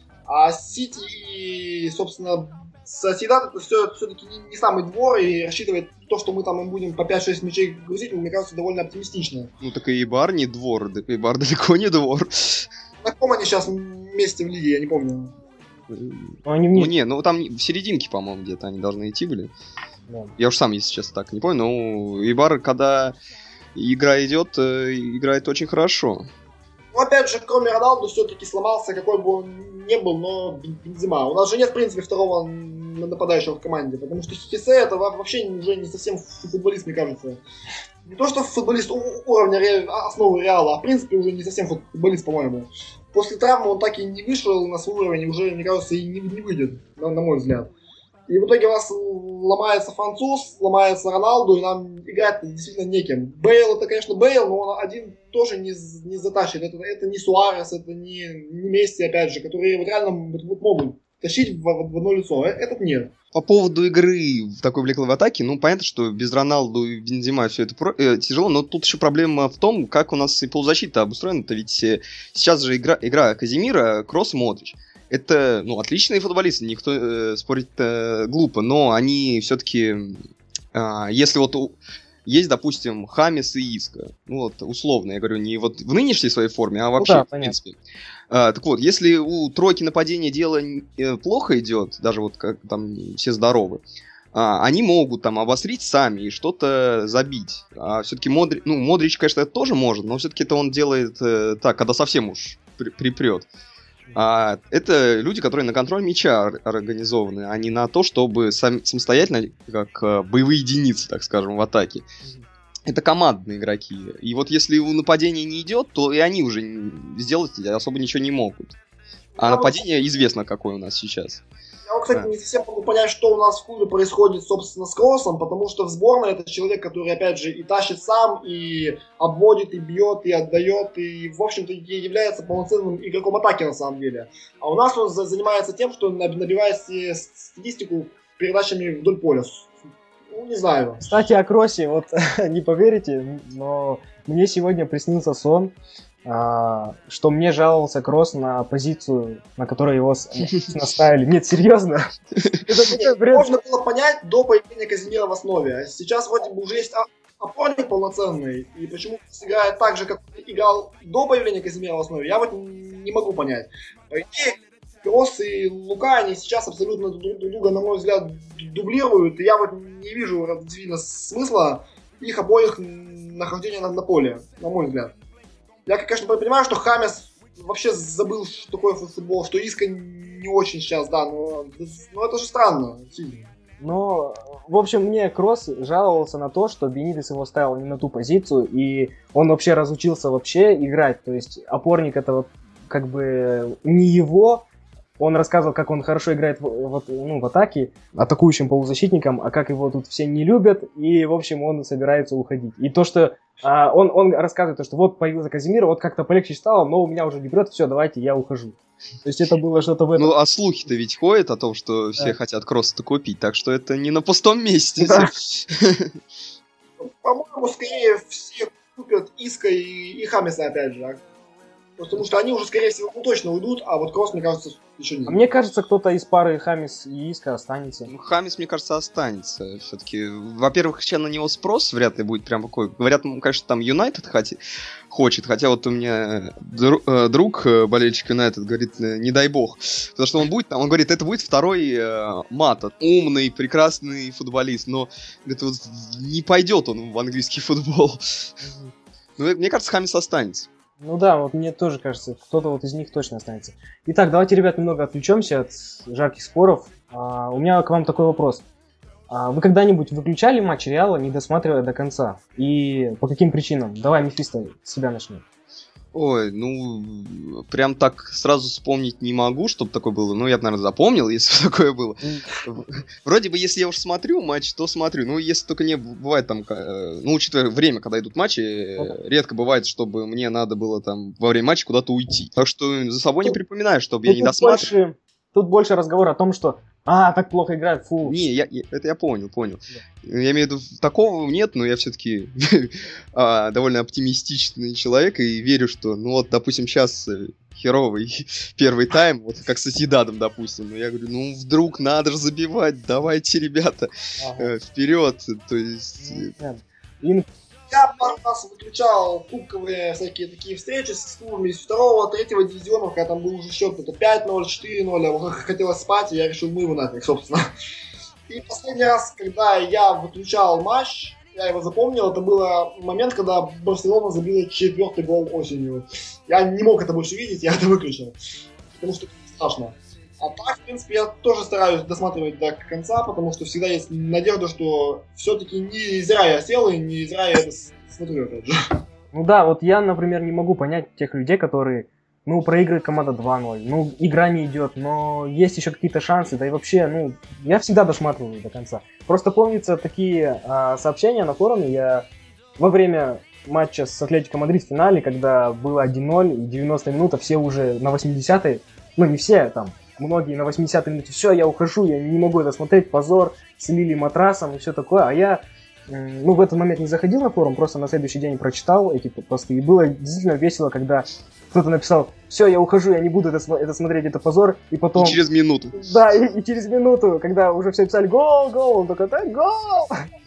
А Сити и, собственно, Сосьедад это все, все-таки не, не самый двор, и рассчитывать то, что мы там им будем по пять-шесть мячей грузить, мне кажется, довольно оптимистично. Ну так и Эйбар не двор, Эйбар далеко не двор. На каком они сейчас месте в лиге, я не помню. Ну, они ну не, ну там в серединке, по-моему, где-то они должны идти были. Да. Я уж сам, если честно, так не помню, но Эйбар, когда игра идет, играет очень хорошо. Ну, опять же, кроме Роналду, все-таки сломался, какой бы он ни был, но Бензема. У нас же нет, в принципе, второго нападающего в команде, потому что Хисе это вообще уже не совсем футболист, мне кажется. Не то, что футболист уровня основы Реала, а в принципе уже не совсем футболист, по-моему. После травмы он так и не вышел на свой уровень, уже, мне кажется, и не, не выйдет, на, на мой взгляд. И в итоге у нас ломается француз, ломается Роналду, и нам играть действительно неким. Бейл это, конечно, Бейл, но он один тоже не, не затащит. Это, это не Суарес, это не, не Месси, опять же, которые вот реально вот, вот могут тащить в, в одно лицо. Этот нет. По поводу игры в такой блеклой в атаке, ну, понятно, что без Роналду и Бензема все это про- э, тяжело, но тут еще проблема в том, как у нас и полузащита обустроена-то, ведь э, сейчас же игра, игра Казимира, Кросс, Модрич. Это, ну, отличные футболисты, никто э, спорить э, глупо, но они все-таки, э, если вот у, есть, допустим, Хамес и Иска, ну вот условно, я говорю, не вот в нынешней своей форме, а вообще, ну, да, в принципе. А, так вот, если у тройки нападения дело э, плохо идет, даже вот как там все здоровы, а, они могут там обострить сами и что-то забить. А все-таки Модри... ну, Модрич, конечно, это тоже может, но все-таки это он делает э, так, когда совсем уж при- припрет. А это люди, которые на контроль мяча организованы, а не на то, чтобы сам, самостоятельно, как э, боевые единицы, так скажем, в атаке. Это командные игроки. И вот если у нападения не идет, то и они уже сделать особо ничего не могут. А я нападение вот... известно, какое у нас сейчас. Я, вот, кстати, да. не совсем могу понять, что у нас в клубе происходит, собственно, с Кроссом, потому что в сборной это человек, который, опять же, и тащит сам, и обводит, и бьет, и отдает, и, в общем-то, является полноценным игроком атаки, на самом деле. А у нас он занимается тем, что набивает статистику передачами вдоль поля. Ну, не знаю. Кстати, о Кроссе, вот не поверите, но мне сегодня приснился сон, а, что мне жаловался Кросс на позицию, на которой его наставили. Нет, серьезно? Можно было понять до появления Казимира в основе. А сейчас вроде бы уже есть опорник полноценный, и почему играет так же, как играл до появления Казимира в основе, я вот не могу понять. По идее, Кросс и Лука, они сейчас абсолютно друг друга, на мой взгляд, дублируют, и я вот не вижу действительно смысла их обоих нахождения на, на поле, на мой взгляд. Я, конечно, понимаю, что Хамес вообще забыл, что такое футбол, что Иска не очень сейчас, да, но, но это же странно. Сильно. Но, в общем, мне Кросс жаловался на то, что Бенитес его ставил не на ту позицию, и он вообще разучился вообще играть. То есть опорник это вот как бы не его. Он рассказывал, как он хорошо играет в, в, ну, в атаке, атакующим полузащитником, а как его тут все не любят, и, в общем, он собирается уходить. И то, что а, он, он рассказывает, что вот появился Казимир, вот как-то полегче стало, но у меня уже не берет, все, давайте, я ухожу. То есть это было что-то в этом. Ну, а слухи-то ведь ходят о том, что все да. хотят Кросса-то купить, так что это не на пустом месте. Да. По-моему, скорее все купят Иска и, и Хамиса, опять же. Потому что они уже, скорее всего, ну, точно уйдут, а вот Кросс, мне кажется, еще не. А мне кажется, кто-то из пары Хамис и Иска останется. Ну, Хамис, мне кажется, останется. Все-таки, во-первых, сейчас на него спрос вряд ли будет прям какой. Говорят, конечно, там Юнайтед хочет, хотя вот у меня друг, болельщик Юнайтед, говорит, не дай бог. Потому что он будет там, он говорит, это будет второй э, Мата. Умный, прекрасный футболист, но это вот не пойдет он в английский футбол. Ну, мне кажется, Хамис останется. Ну да, вот мне тоже кажется, кто-то вот из них точно останется. Итак, давайте, ребят, немного отвлечемся от жарких споров. А, у меня к вам такой вопрос. А, вы когда-нибудь выключали матч Реала, не досматривая до конца? И по каким причинам? Давай, Мефисто, с себя начнем. Ой, ну, прям так сразу вспомнить не могу, чтобы такое было. Ну, я бы, наверное, запомнил, если бы такое было. Вроде бы, если я уж смотрю матч, то смотрю. Ну, если только не бывает там, ну, учитывая время, когда идут матчи, редко бывает, чтобы мне надо было там во время матча куда-то уйти. Так что за собой не припоминаю, чтобы я не досматривал. Тут больше разговор о том, что а, так плохо играет, фу. Не, я, я, это я понял, понял. Да. Я имею в виду, такого нет, но я все-таки а, довольно оптимистичный человек и верю, что, ну вот, допустим, сейчас херовый первый тайм, вот как с Сосьедадом, допустим, но я говорю, ну вдруг надо же забивать, давайте, ребята, ага. э, вперед, то есть... И... Я пару раз выключал кубковые всякие такие встречи с клубами из второго, третьего дивизиона, когда там был уже счет это пять ноль, четыре ноль, а хотелось спать, и я решил, ну его нафиг, собственно. И последний раз, когда я выключал матч, я его запомнил, это был момент, когда Барселона забила четвертый гол осенью. Я не мог это больше видеть, я это выключил, потому что это страшно. А так, в принципе, я тоже стараюсь досматривать до конца, потому что всегда есть надежда, что все-таки не зря я сел и не зря я это смотрю, опять же. Ну да, вот я, например, не могу понять тех людей, которые, ну, проигрывает команда два ноль, ну, игра не идет, но есть еще какие-то шансы, да и вообще, ну, я всегда досматриваю до конца. Просто помнится такие а, сообщения на форуме, я во время матча с Атлетико Мадрид в финале, когда было один ноль и девяностая минута, все уже на восьмидесятой, ну, не все там, многие на восьмидесятой минуте, все, я ухожу, я не могу это смотреть, позор, слили матрасом и все такое, а я, ну, в этот момент не заходил на форум, просто на следующий день прочитал эти посты, и было действительно весело, когда кто-то написал, все, я ухожу, я не буду это, это смотреть, это позор, и потом... И через минуту. Да, и, и через минуту, когда уже все писали гол, гол, он такой, да, гол!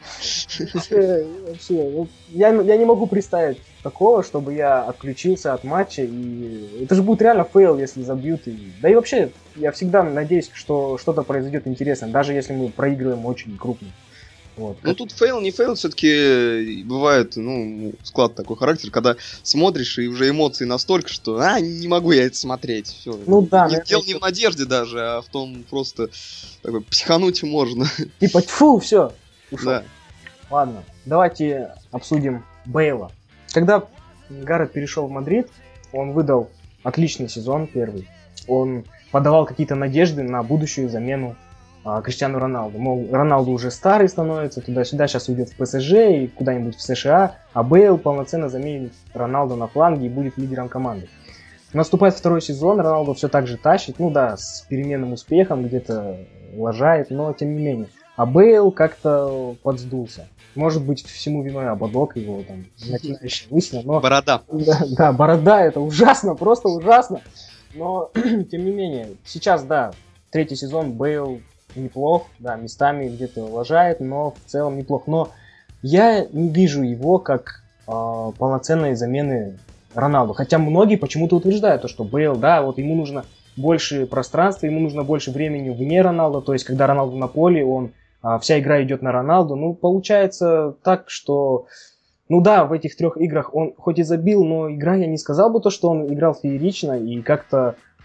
Вообще, вообще, я, я не могу представить такого, чтобы я отключился от матча, и это же будет реально фейл, если забьют. И... Да и вообще, я всегда надеюсь, что что-то произойдет интересное, даже если мы проигрываем очень крупно. Вот. Ну тут фейл, не фейл, все-таки бывает, ну, склад такой характер, когда смотришь, и уже эмоции настолько, что, а, не могу я это смотреть. Все. Ну да. Не, дело не в надежде даже, а в том просто, такой, психануть можно. Типа, тьфу, все, ушел. Да. Ладно, давайте обсудим Бейла. Когда Гаррет перешел в Мадрид, он выдал отличный сезон первый. Он подавал какие-то надежды на будущую замену а, Криштиану Роналду. Мол, Роналду уже старый становится, туда-сюда, сейчас уйдет в ПСЖ и куда-нибудь в США, а Бейл полноценно заменит Роналду на фланге и будет лидером команды. Наступает второй сезон, Роналду все так же тащит, ну да, с переменным успехом, где-то лажает, но тем не менее. А Бейл как-то подсдулся. Может быть, всему виной ободок его, там, начинающий лысина, но... Борода. Да, да, борода, это ужасно, просто ужасно. Но, тем не менее, сейчас, да, третий сезон, Бейл неплох, да, местами где-то лажает, но в целом неплох. Но я не вижу его как э, полноценной замены Роналду. Хотя многие почему-то утверждают, то, что Бейл, да, вот ему нужно больше пространства, ему нужно больше времени вне Роналду, то есть, когда Роналду на поле, он... вся игра идет на Роналду. Ну, получается так, что... Ну да, в этих трех играх он хоть и забил, но игра, я не сказал бы то, что он играл феерично и как-то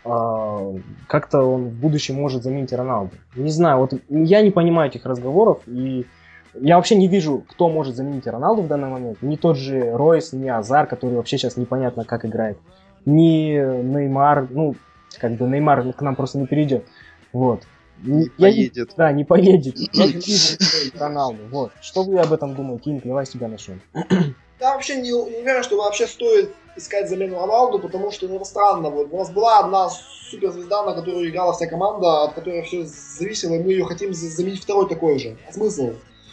э, как-то он в будущем может заменить Роналду. Не знаю, вот я не понимаю этих разговоров, и я вообще не вижу, кто может заменить Роналду в данный момент. Ни тот же Ройс, ни Азар, который вообще сейчас непонятно как играет, ни Неймар, ну, как бы Неймар к нам просто не перейдет. Вот. Не я поедет. Не, да, не поедет. Я не вижу Роналду. Вот. Что вы об этом думаете, Инк? Давай с тебя начнем. Я вообще не, не уверен, что вообще стоит искать замену Роналду, потому что ну, это странно. Вот у нас была одна суперзвезда, на которую играла вся команда, от которой все зависело, и мы ее хотим заменить второй такой же. А смысл?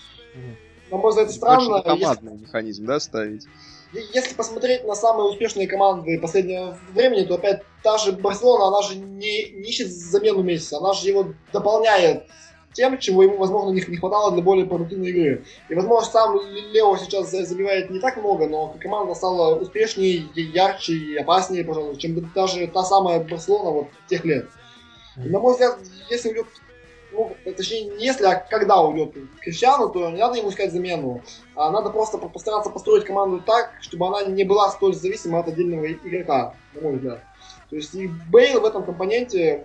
На мой взгляд, это странно. Командный если... механизм, да, ставить? Если посмотреть на самые успешные команды последнего времени, то опять та же Барселона, она же не, не ищет замену Месси, она же его дополняет тем, чего ему, возможно, не, не хватало для более продуктивной игры. И, возможно, сам Лео сейчас забивает не так много, но команда стала успешнее, ярче и опаснее, пожалуй, чем даже та самая Барселона вот тех лет. И, на мой взгляд, если уйдет, ну, точнее, не если, а когда уйдет Криштиану, то не надо ему искать замену, а надо просто постараться построить команду так, чтобы она не была столь зависима от отдельного игрока, на мой взгляд. То есть и Бейл в этом компоненте,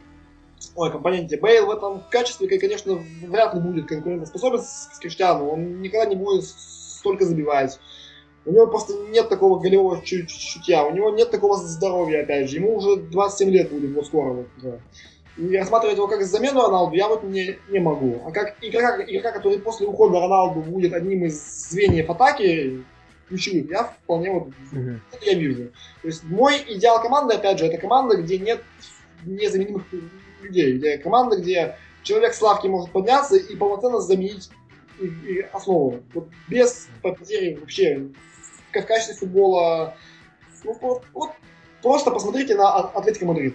ой, компоненте, Бейл в этом качестве, конечно, вряд ли будет конкурентоспособен с Криштиану, он никогда не будет столько забивать. У него просто нет такого голевого чутья, у него нет такого здоровья, опять же, ему уже двадцать семь лет будет, вот скоро вот уже. И рассматривать его как замену Роналду я вот не, не могу. А как игрока, игрока, который после ухода Роналду будет одним из звеньев атаки ключевых, я вполне вот mm-hmm. это я вижу. То есть мой идеал команды, опять же, это команда, где нет незаменимых людей. Где команда, где человек с лавки может подняться и полноценно заменить и, и основу. Вот без потери вообще в, в качестве футбола. Ну, вот, вот просто посмотрите на Атлетико Мадрид.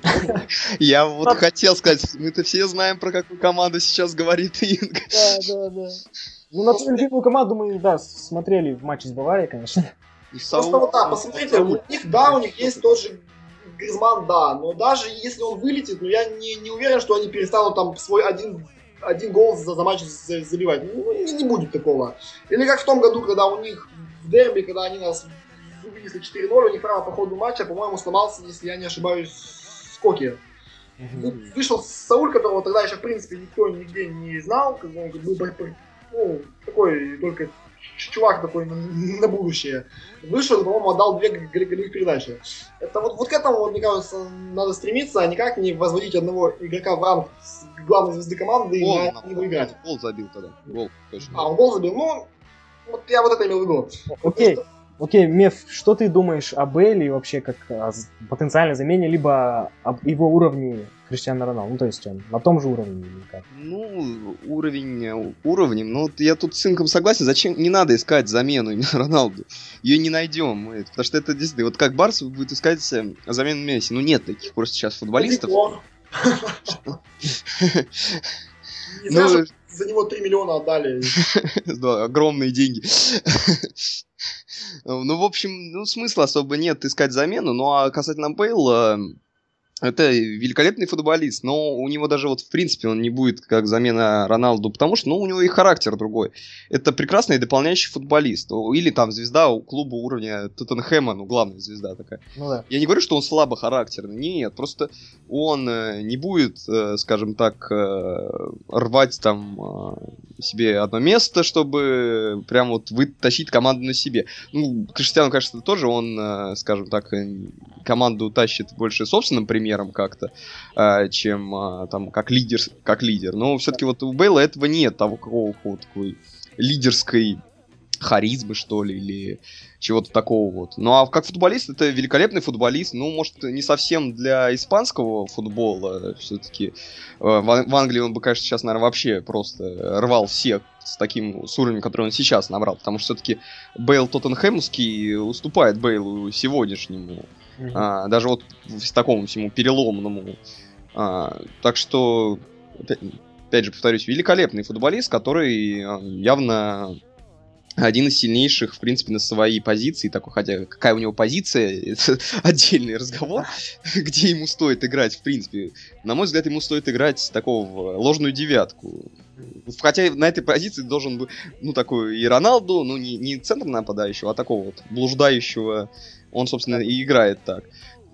Я вот хотел сказать, мы-то все знаем, про какую команду сейчас говорит Инга. Да, да, да. Ну, на свою любимую команду мы, да, смотрели в матче с Баварией, конечно. Просто вот, да, посмотрите, у них, да, у них есть тот же Гризман, да, но даже если он вылетит, ну, я не, не уверен, что они перестанут там свой один, один гол за, за матч забивать. Ну, не, не будет такого. Или как в том году, когда у них в дерби, когда они нас вынесли четыре ноль, у них прямо по ходу матча, по-моему, сломался, если я не ошибаюсь, скоки. Mm-hmm. Вышел Сауль, которого тогда еще, в принципе, никто нигде не знал, как он был, ну, такой только чувак такой на, на будущее. Вышел и, по-моему, отдал две голевых передачи. Это вот, вот к этому, вот, мне кажется, надо стремиться, а никак не возводить одного игрока в ранг главной звезды команды гол, и на него играть. Гол забил тогда. Гол, точно. А, он гол забил, ну, вот я вот это имел в виду. Окей. Okay. Окей, okay, Меф, что ты думаешь о Бейле вообще как о потенциальной замене, либо об его уровне Криштиану Роналду? Ну, то есть он на том же уровне или как? Ну, уровень уровнем. Ну, я тут с Инком согласен. Зачем? Не надо искать замену именно Роналду. Ее не найдем мы. Потому что это действительно... Вот как Барс будет искать замену Месси. Ну, нет таких просто сейчас футболистов. Не знаю, что за него три миллиона отдали. Да, огромные деньги. Ну, в общем, ну, смысла особо нет искать замену. Ну, а касательно Бейла, это великолепный футболист, но у него даже вот в принципе он не будет как замена Роналду, потому что, ну, у него и характер другой. Это прекрасный дополняющий футболист. Или там звезда у клуба уровня Тоттенхэма, ну, главная звезда такая. Ну, да. Я не говорю, что он слабохарактерный, нет, просто он э, не будет, э, скажем так, э, рвать там э, себе одно место, чтобы прям вот вытащить команду на себе. Ну, Криштиану, конечно, тоже он, э, скажем так, команду тащит больше собственным примером, как-то, э, чем э, там как лидер, как лидер. Но все-таки вот у Бейла этого нет, того какого вот такой лидерской харизмы, что ли, или чего-то такого вот. Ну а как футболист, это великолепный футболист. Ну, может, не совсем для испанского футбола. Все-таки э, в, в Англии он бы, конечно, сейчас, наверное, вообще просто рвал всех с таким, с уровнем, который он сейчас набрал. Потому что все-таки Бейл тоттенхэмовский уступает Бейлу сегодняшнему. Mm-hmm. А, даже вот с такому всему переломному. А, так что, опять, опять же, повторюсь, великолепный футболист, который явно один из сильнейших, в принципе, на своей позиции. Такой, хотя какая у него позиция, это отдельный разговор, где ему стоит играть, в принципе. На мой взгляд, ему стоит играть такого ложную девятку. Хотя на этой позиции должен быть, ну, такой и Роналду, ну, не, не центр нападающего, а такого вот блуждающего. Он, собственно, и играет так.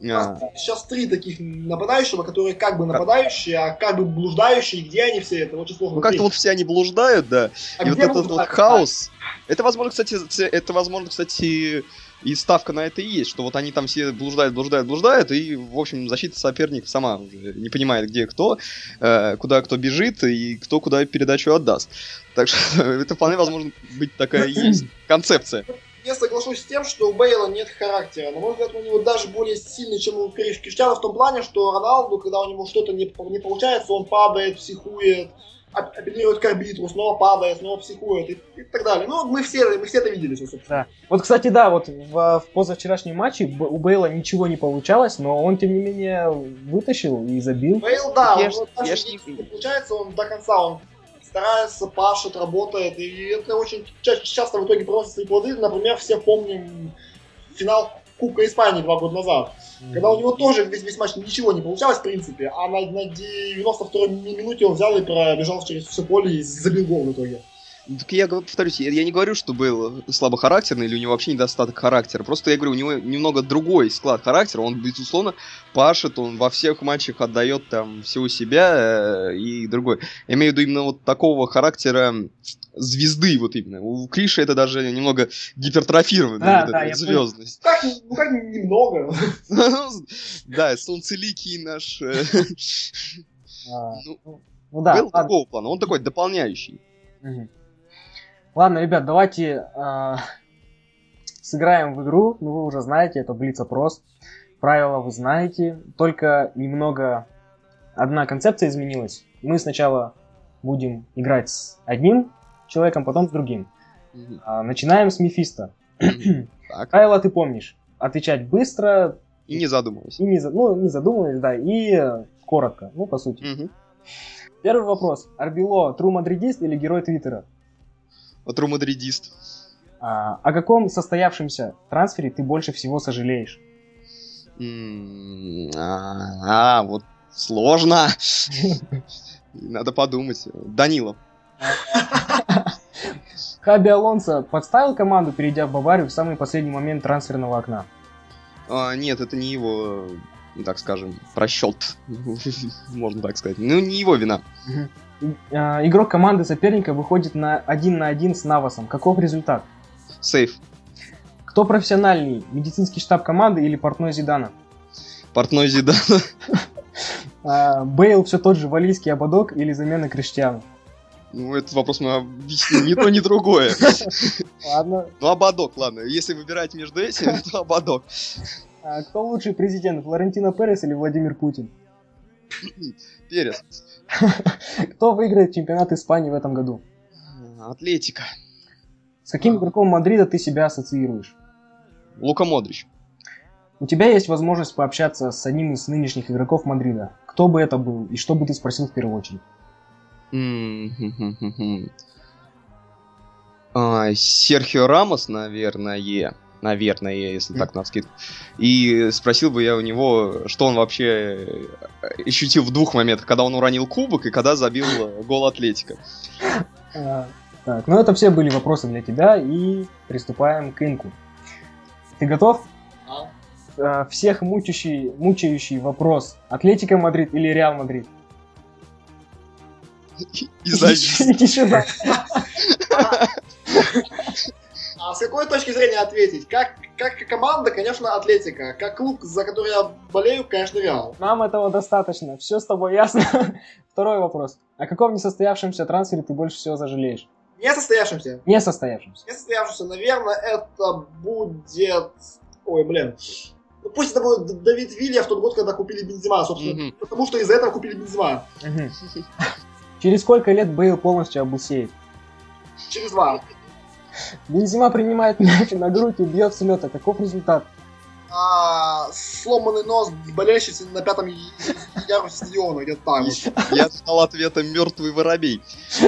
А, Сейчас три таких нападающего, которые как бы нападающие, а как бы блуждающие. Где они все? Это очень сложно. Ну как-то вот все они блуждают, да. А И вот где этот вот блуждают? хаос. Это возможно, кстати, ц- это возможно, кстати, и ставка на это и есть, что вот они там все блуждают, блуждают, блуждают, и, в общем, защита соперников сама уже не понимает, где кто, э, куда кто бежит и кто куда передачу отдаст. Так что это вполне возможно быть такая и есть концепция. Я соглашусь с тем, что у Бейла нет характера. На мой взгляд, у него даже более сильный, чем у Криш- Криштиану в том плане, что Роналду, когда у него что-то не, не получается, он падает, психует, ап- апеллирует к арбитру, снова падает, снова психует и, и так далее. Ну, мы все, мы все это видели, собственно. Да. Вот, кстати, да, вот в, в позавчерашнем матче Б- у Бейла ничего не получалось, но он, тем не менее, вытащил и забил. Бейл, да, Я он ж- вот даже я ж если не- не получается, он до конца, он старается, пашет, работает, и это очень ча- часто в итоге приносит свои плоды. Например, все помним финал Кубка Испании два года назад, когда у него тоже весь, весь матч ничего не получалось, в принципе, а на, на девяносто второй ми- минуте он взял и пробежал через все поле и забил гол в итоге. Так я говорю- повторюсь, я, я не говорю, что был слабохарактерный или у него вообще недостаток характера. Просто я говорю, у него немного другой склад характера. Он, безусловно, пашет, он во всех матчах отдает там всего себя э, и другой. Я имею в виду именно вот такого характера звезды, вот именно. У Криша это даже немного гипертрофированная Да, вот да, эта я звездность. Как, ну как немного. Да, солнцеликий наш. э, А, ну, ну да, Был ладно. такого плана, он такой дополняющий. Мгм. Ладно, ребят, давайте а, сыграем в игру. Ну, вы уже знаете, это Блиц-опрос. Правила вы знаете. Только немного одна концепция изменилась. Мы сначала будем играть с одним человеком, потом с другим. Мгм. А, начинаем с Мефисто. Мгм. Так. Правила ты помнишь. Отвечать быстро И не задумывайся. и не, за- ну, не задумываясь, да, и э, коротко. Ну, по сути. Мгм. Первый вопрос. Арбело, тру мадридист или герой Твиттера? Тру мадридист. А, о каком состоявшемся трансфере ты больше всего сожалеешь? М, А, а, вот сложно. Надо подумать. Данилов. Хаби Алонсо подставил команду, перейдя в Баварию в самый последний момент трансферного окна. А, нет, это не его, ну, так скажем, просчет. Можно так сказать. Ну, не его вина. А, игрок команды соперника выходит на один на один с Навасом. Каков результат? Сейф. Кто профессиональней? Медицинский штаб команды или портной Зидана? Портной Зидана. А, Бейл все тот же валийский ободок или замена Криштиану? Ну, этот вопрос мы объясним. Ни то, ни другое. Ладно. Ну, ободок, ладно. Если выбирать между этими, то ободок. А, кто лучший президент? Флорентино Перес или Владимир Путин? Перес. Кто выиграет чемпионат Испании в этом году? Атлетика. С каким игроком Мадрида ты себя ассоциируешь? Лука Модрич. У тебя есть возможность пообщаться с одним из нынешних игроков Мадрида. Кто бы это был и что бы ты спросил в первую очередь? М-м-м-м-м. А, Серхио Рамос, наверное. Наверное, если так на вскидку. И спросил бы я у него, что он вообще ощутил в двух моментах. Когда он уронил кубок и когда забил гол Атлетика. А, так, ну это все были вопросы для тебя, и приступаем к инку. Ты готов? А? А, всех мучающий, мучающий вопрос. Атлетика Мадрид или Реал Мадрид? И завис. Тишина. А с какой точки зрения ответить? Как, как команда, конечно, Атлетика. Как клуб, за который я болею, конечно, Реал. Нам этого достаточно. Все с тобой ясно. Второй вопрос. О каком несостоявшемся трансфере ты больше всего сожалеешь? Не состоявшимся. Не состоявшемся. Не состоявшимся, наверное, это будет... Ой, блин. Ну, пусть это будет Давид Вилья в тот год, когда купили Бензима, собственно. Мгм. Потому что из-за этого купили Бензима. Мгм. Через сколько лет Бейл полностью обусеет? Через два. Бензима принимает мяч на грудь и бьет с лета. Каков результат? А, сломанный нос, болящийся на пятом я- ярусе стадиона, где-то там. вот. Я стал ответом мертвый воробей.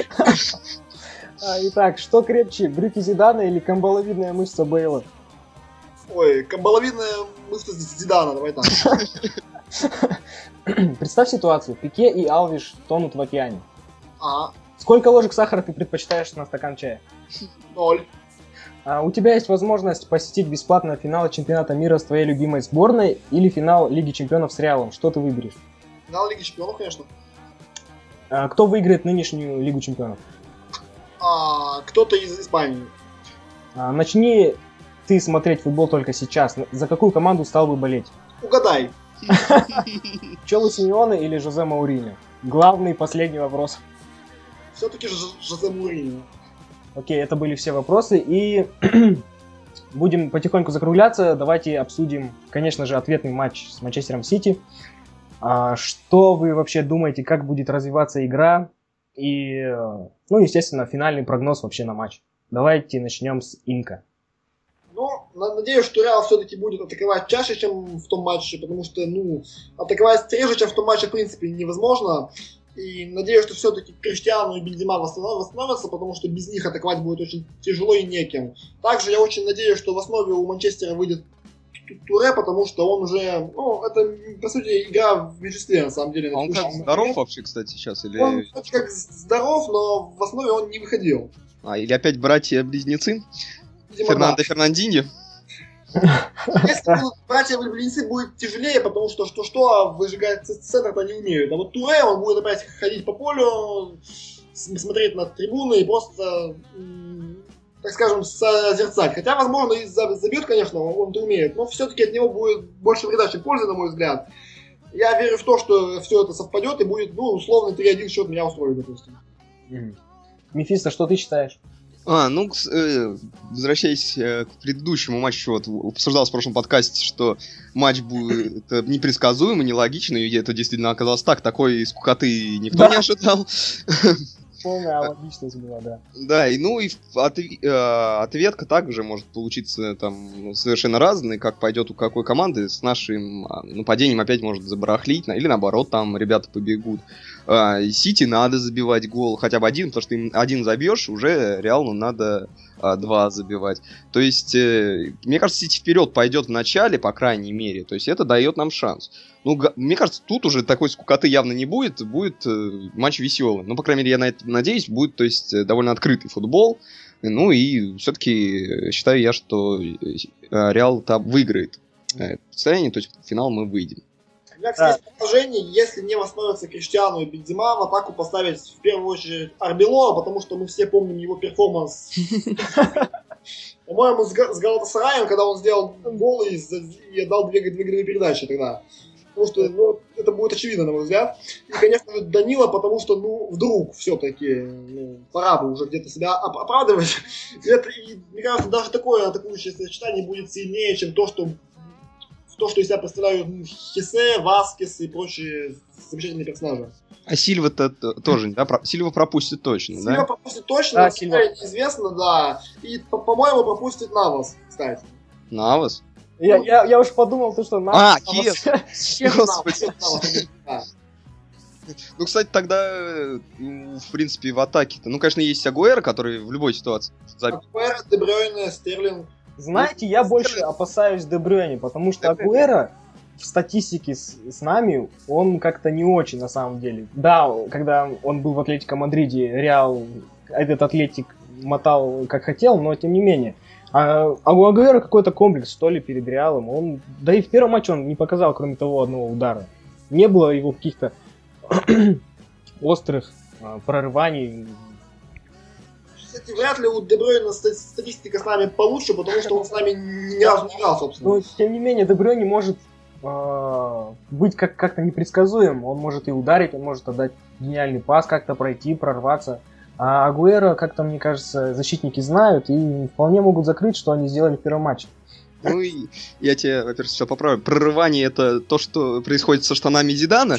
А, итак, что крепче, брюки Зидана или камбаловидная мышца Бейла? Ой, камбаловидная мышца Зидана, давай так. Представь ситуацию. Пике и Алвиш тонут в океане. А, Сколько ложек сахара ты предпочитаешь на стакан чая? ноль. А у тебя есть возможность посетить бесплатно финал чемпионата мира с твоей любимой сборной или финал Лиги чемпионов с Реалом. Что ты выберешь? Финал Лиги чемпионов, конечно. А кто выиграет нынешнюю Лигу чемпионов? А, кто-то из Испании. А, начни ты смотреть футбол только сейчас. За какую команду стал бы болеть? Угадай. Чоло Симеоне или Жозе Мауриньо? Главный последний вопрос. Все-таки Жозе Мауриньо. Окей, это были все вопросы, и будем потихоньку закругляться. Давайте обсудим, конечно же, ответный матч с Манчестером Сити. А, что вы вообще думаете, как будет развиваться игра? И, ну, естественно, финальный прогноз вообще на матч. Давайте начнем с Инка. Ну, надеюсь, что Реал все-таки будет атаковать чаще, чем в том матче, потому что, ну, атаковать реже, чем в том матче, в принципе, невозможно. И надеюсь, что все-таки Криштиану и Бензема восстановятся, потому что без них атаковать будет очень тяжело и неким. Также я очень надеюсь, что в основе у Манчестера выйдет Туре, потому что он уже, ну, это, по сути, игра в меньшинстве, на самом деле. А он как, здоров вообще, кстати, сейчас? Или... Он, кстати, как здоров, но в основе он не выходил. А, или опять братья-близнецы? Видимо, Фернандо да. Фернандиньо? Если будут братья-близнецы, будет тяжелее, потому что что-что выжигать центр-то не умеют. А вот Туре, он будет опять ходить по полю, смотреть на трибуны и просто, так скажем, созерцать. Хотя, возможно, и забьет, конечно, он-то умеет, но все-таки от него будет больше вреда, чем пользы, на мой взгляд. Я верю в то, что все это совпадет и будет, ну, условно, три один счет меня устроит, допустим. Мефисто, что ты считаешь? А, ну, э, возвращаясь э, к предыдущему матчу, вот, обсуждалось в прошлом подкасте, что матч будет э, непредсказуемый, нелогичный, и это действительно оказалось так, такой скукоты никто Да. не ожидал. Полная логичность была, да. Да, и ну и от, э, ответка также может получиться там совершенно разной, как пойдет у какой команды. С нашим а, нападением опять может забарахлить, или наоборот, там ребята побегут. А, Сити надо забивать гол, хотя бы один, потому что им один забьешь, уже реально надо а, два забивать. То есть, э, мне кажется, Сити вперед пойдет в начале, по крайней мере. То есть это дает нам шанс. Ну, га- мне кажется, тут уже такой скукоты явно не будет, будет э, матч веселый. Ну, по крайней мере, я на это надеюсь, будет, то есть, э, довольно открытый футбол. Ну и все-таки считаю я, что э, Реал там выиграет э, представление, то есть в финал мы выйдем. У меня, кстати, есть предложение, если не восстановится Криштиану и Бензема, в атаку поставить в первую очередь Арбело, потому что мы все помним его перформанс. По-моему, с Галатасараем, когда он сделал гол и отдал две голевые передачи тогда. Потому что, ну, это будет очевидно, на мой взгляд. И, конечно же, Данила, потому что, ну, вдруг все-таки, ну, пора бы уже где-то себя оп- оправдывать. И это, и, мне кажется, даже такое атакующее сочетание будет сильнее, чем то, что то, что из себя представляют ну, Хесе, Васкес и прочие замечательные персонажи. А Сильва-то тоже, да? Про- Сильва пропустит точно, Сильва да? пропустит точно, Да, да, Сильва. неизвестно, да. И, по- по-моему, пропустит Навас, кстати. Навас? Я, я, я уж подумал, то, что... А, нам- Кес! Честно, Господи. Навас, Навас, да. Ну, кстати, тогда, э, ну, в принципе, в атаке-то... Ну, конечно, есть Агуэро, который в любой ситуации забьет. Агуэро, Де Брёйне, Стерлинг. Знаете, я больше опасаюсь Де Брюйне, потому что Агуэро в статистике с, с нами, он как-то не очень на самом деле. Да, когда он был в Атлетико Мадриде, Реал этот Атлетик мотал как хотел, но тем не менее. А, а у Агуэро какой-то комплекс, что ли, перед Реалом. Он, да и в первом матче он не показал, кроме того одного удара. Не было его каких-то острых а, прорываний. Кстати, вряд ли у Де Брёйна ста- статистика с нами получше, потому что он с нами ни разу не играл, собственно. Но, тем не менее, Де Брюйне может э, быть как- как-то непредсказуем. Он может и ударить, он может отдать гениальный пас, как-то пройти, прорваться. А Агуэро, как-то, мне кажется, защитники знают и вполне могут закрыть, что они сделали в первом матче. Ну и я тебе, во-первых, все поправлю. Прорывание — это то, что происходит со штанами Зидана.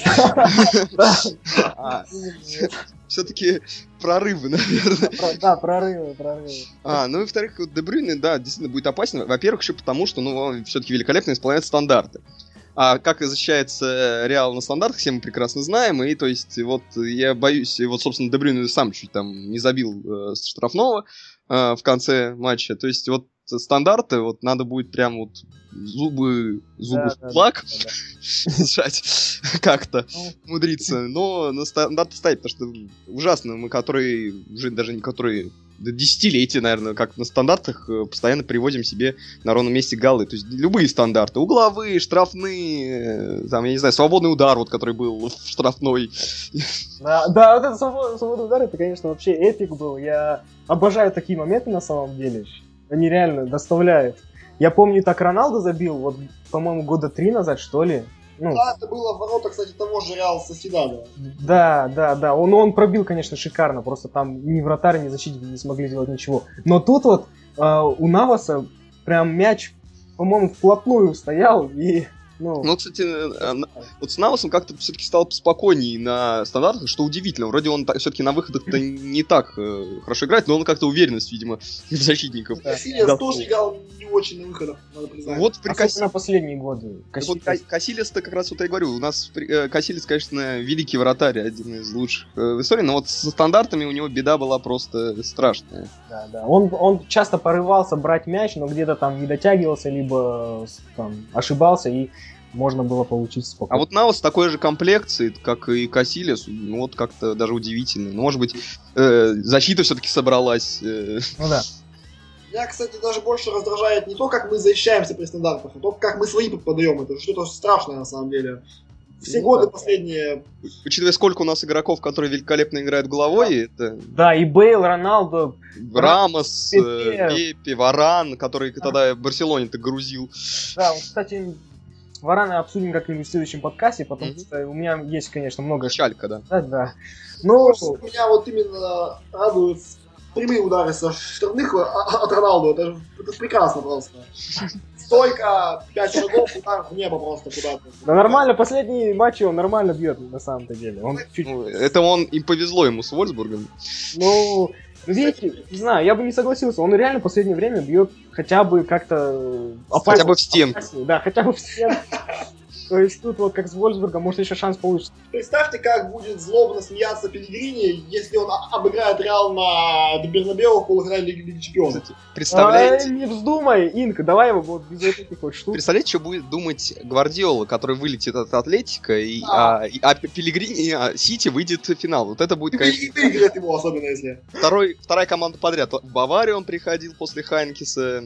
Все-таки прорывы, наверное. Да, прорывы, прорывы. А, ну и во-вторых, вот Де Брюйне, да, действительно будет опасен. Во-первых, еще потому, что ну, он все-таки великолепно исполняет стандарты. А как защищается Реал на стандартах, все мы прекрасно знаем. И то есть, вот я боюсь, вот, собственно, Де Брюйне сам чуть там не забил э, с штрафного э, в конце матча. То есть, вот стандарты, вот надо будет прям вот зубы, зубы Да, в да, кулак да, да. сжать как-то, Ну. мудриться. Но на стандарты ставить, потому что ужасно, мы которые, уже даже не которые десятилетия, наверное, как на стандартах э, постоянно приводим себе на ровном месте голы. То есть любые стандарты. Угловые, штрафные, э, там, я не знаю, свободный удар, вот, который был в штрафной. Да, да, вот этот свободный, свободный удар, это, конечно, вообще эпик был. Я обожаю такие моменты на самом деле. Они реально доставляют. Я помню, так Роналдо забил, вот, по-моему, года три назад, что ли. Ну, Да, это было в ворота, кстати, того же Реал Сосьедада. да, да, да. Он, он пробил, конечно, шикарно. Просто там ни вратарь, ни защитники не смогли сделать ничего. Но тут вот э, у Наваса прям мяч, по-моему, вплотную стоял. И, ну... Ну, кстати, э, на- вот с Навасом как-то все-таки стал спокойнее на стандартах, что удивительно. Вроде он все-таки на выходах-то не так э, хорошо играет, но он как-то уверенность, видимо, в защитников. Касильяс Да. тоже играл не очень на выходах, надо признать. Вот при Кас- Особенно последние годы. Так вот, Ка- Касильяс-то как раз вот я и говорю, у нас при- э, Касильяс, конечно, великий вратарь, один из лучших э, в истории, но вот со стандартами у него беда была просто страшная. Да, да. Он, он часто порывался брать мяч, но где-то там не дотягивался, либо э, с- там, ошибался, и можно было получить А спокойно. вот Навас такой же комплекции, как и Касильяс, ну вот как-то даже удивительно. Ну, может быть, э, защита все-таки собралась. э, Ну да. Меня, кстати, даже больше раздражает не то, как мы защищаемся при стандартах, а то, как мы свои подаем. Это что-то страшное, на самом деле. Все Ну годы да. последние... Учитывая, сколько у нас игроков, которые великолепно играют головой, это Да, и Бейл, Роналдо. Рамос, Пепе. э, Пепе, Варан, который тогда в Барселоне-то грузил. Да, вот, кстати, Варана обсудим как-нибудь в следующем подкасте, потому Мгм. что у меня есть, конечно, много... Чалька, да. Да, да. Ну, Больше меня вот именно радуют прямые удары со штрафных а- от Роналду. Это, же- это ж прекрасно просто. Стойка, пять шагов, удар в небо просто куда-то. да нормально, последние матчи он нормально бьет, на самом-то деле. Он чуть... Ну, это он, им повезло ему с Вольсбургом. Ну, видите, не знаю, я бы не согласился. Он реально в последнее время бьет хотя бы как-то опаснее. Хотя бы в стенку. Опаснее, да, хотя бы в стенку. То есть тут вот как с Вольсбургом, может еще шанс получится. Представьте, как будет злобно смеяться Пелигрини, если он а- обыграет Реал на Бернабеу в полуфинале Лиги, Лиги Чемпионов. Кстати, представляете, Ай, не вздумай, Инка, давай его вот без этих вот штук. представляете, что будет думать Гвардиола, который вылетит от Атлетика, и, Да. а, и- а Пелигрини, а Сити выйдет в финал. Вот это будет, И конечно, вы- и выиграет его, особенно если. второй, вторая команда подряд. В Баварию он приходил после Хайнкеса.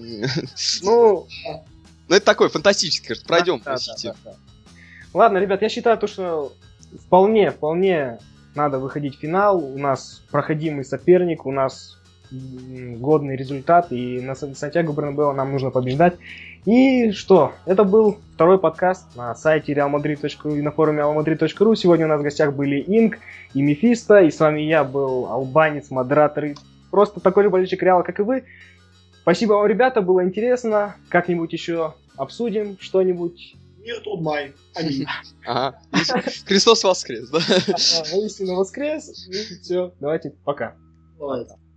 Ну, Ну, это такое фантастическое, конечно. Пройдем да, по да, Сити. да, да. Ладно, ребят, я считаю, то, что вполне, вполне надо выходить в финал. У нас проходимый соперник, у нас м, годный результат, и на Сан- Сантьяго Бернабеу нам нужно побеждать. И что? Это был второй подкаст на сайте реал мадрид точка ру и на форуме алла мадрид точка ру. Сегодня у нас в гостях были Инк и Мефисто, и с вами я был Албанец, модератор, и просто такой же болельщик Реала, как и вы. Спасибо вам, ребята, было интересно. Как-нибудь еще обсудим что-нибудь. Мир Трудмай. Аминь. Ага. Христос воскрес, да? Воистину воскрес. И все. Давайте, пока. Давайте.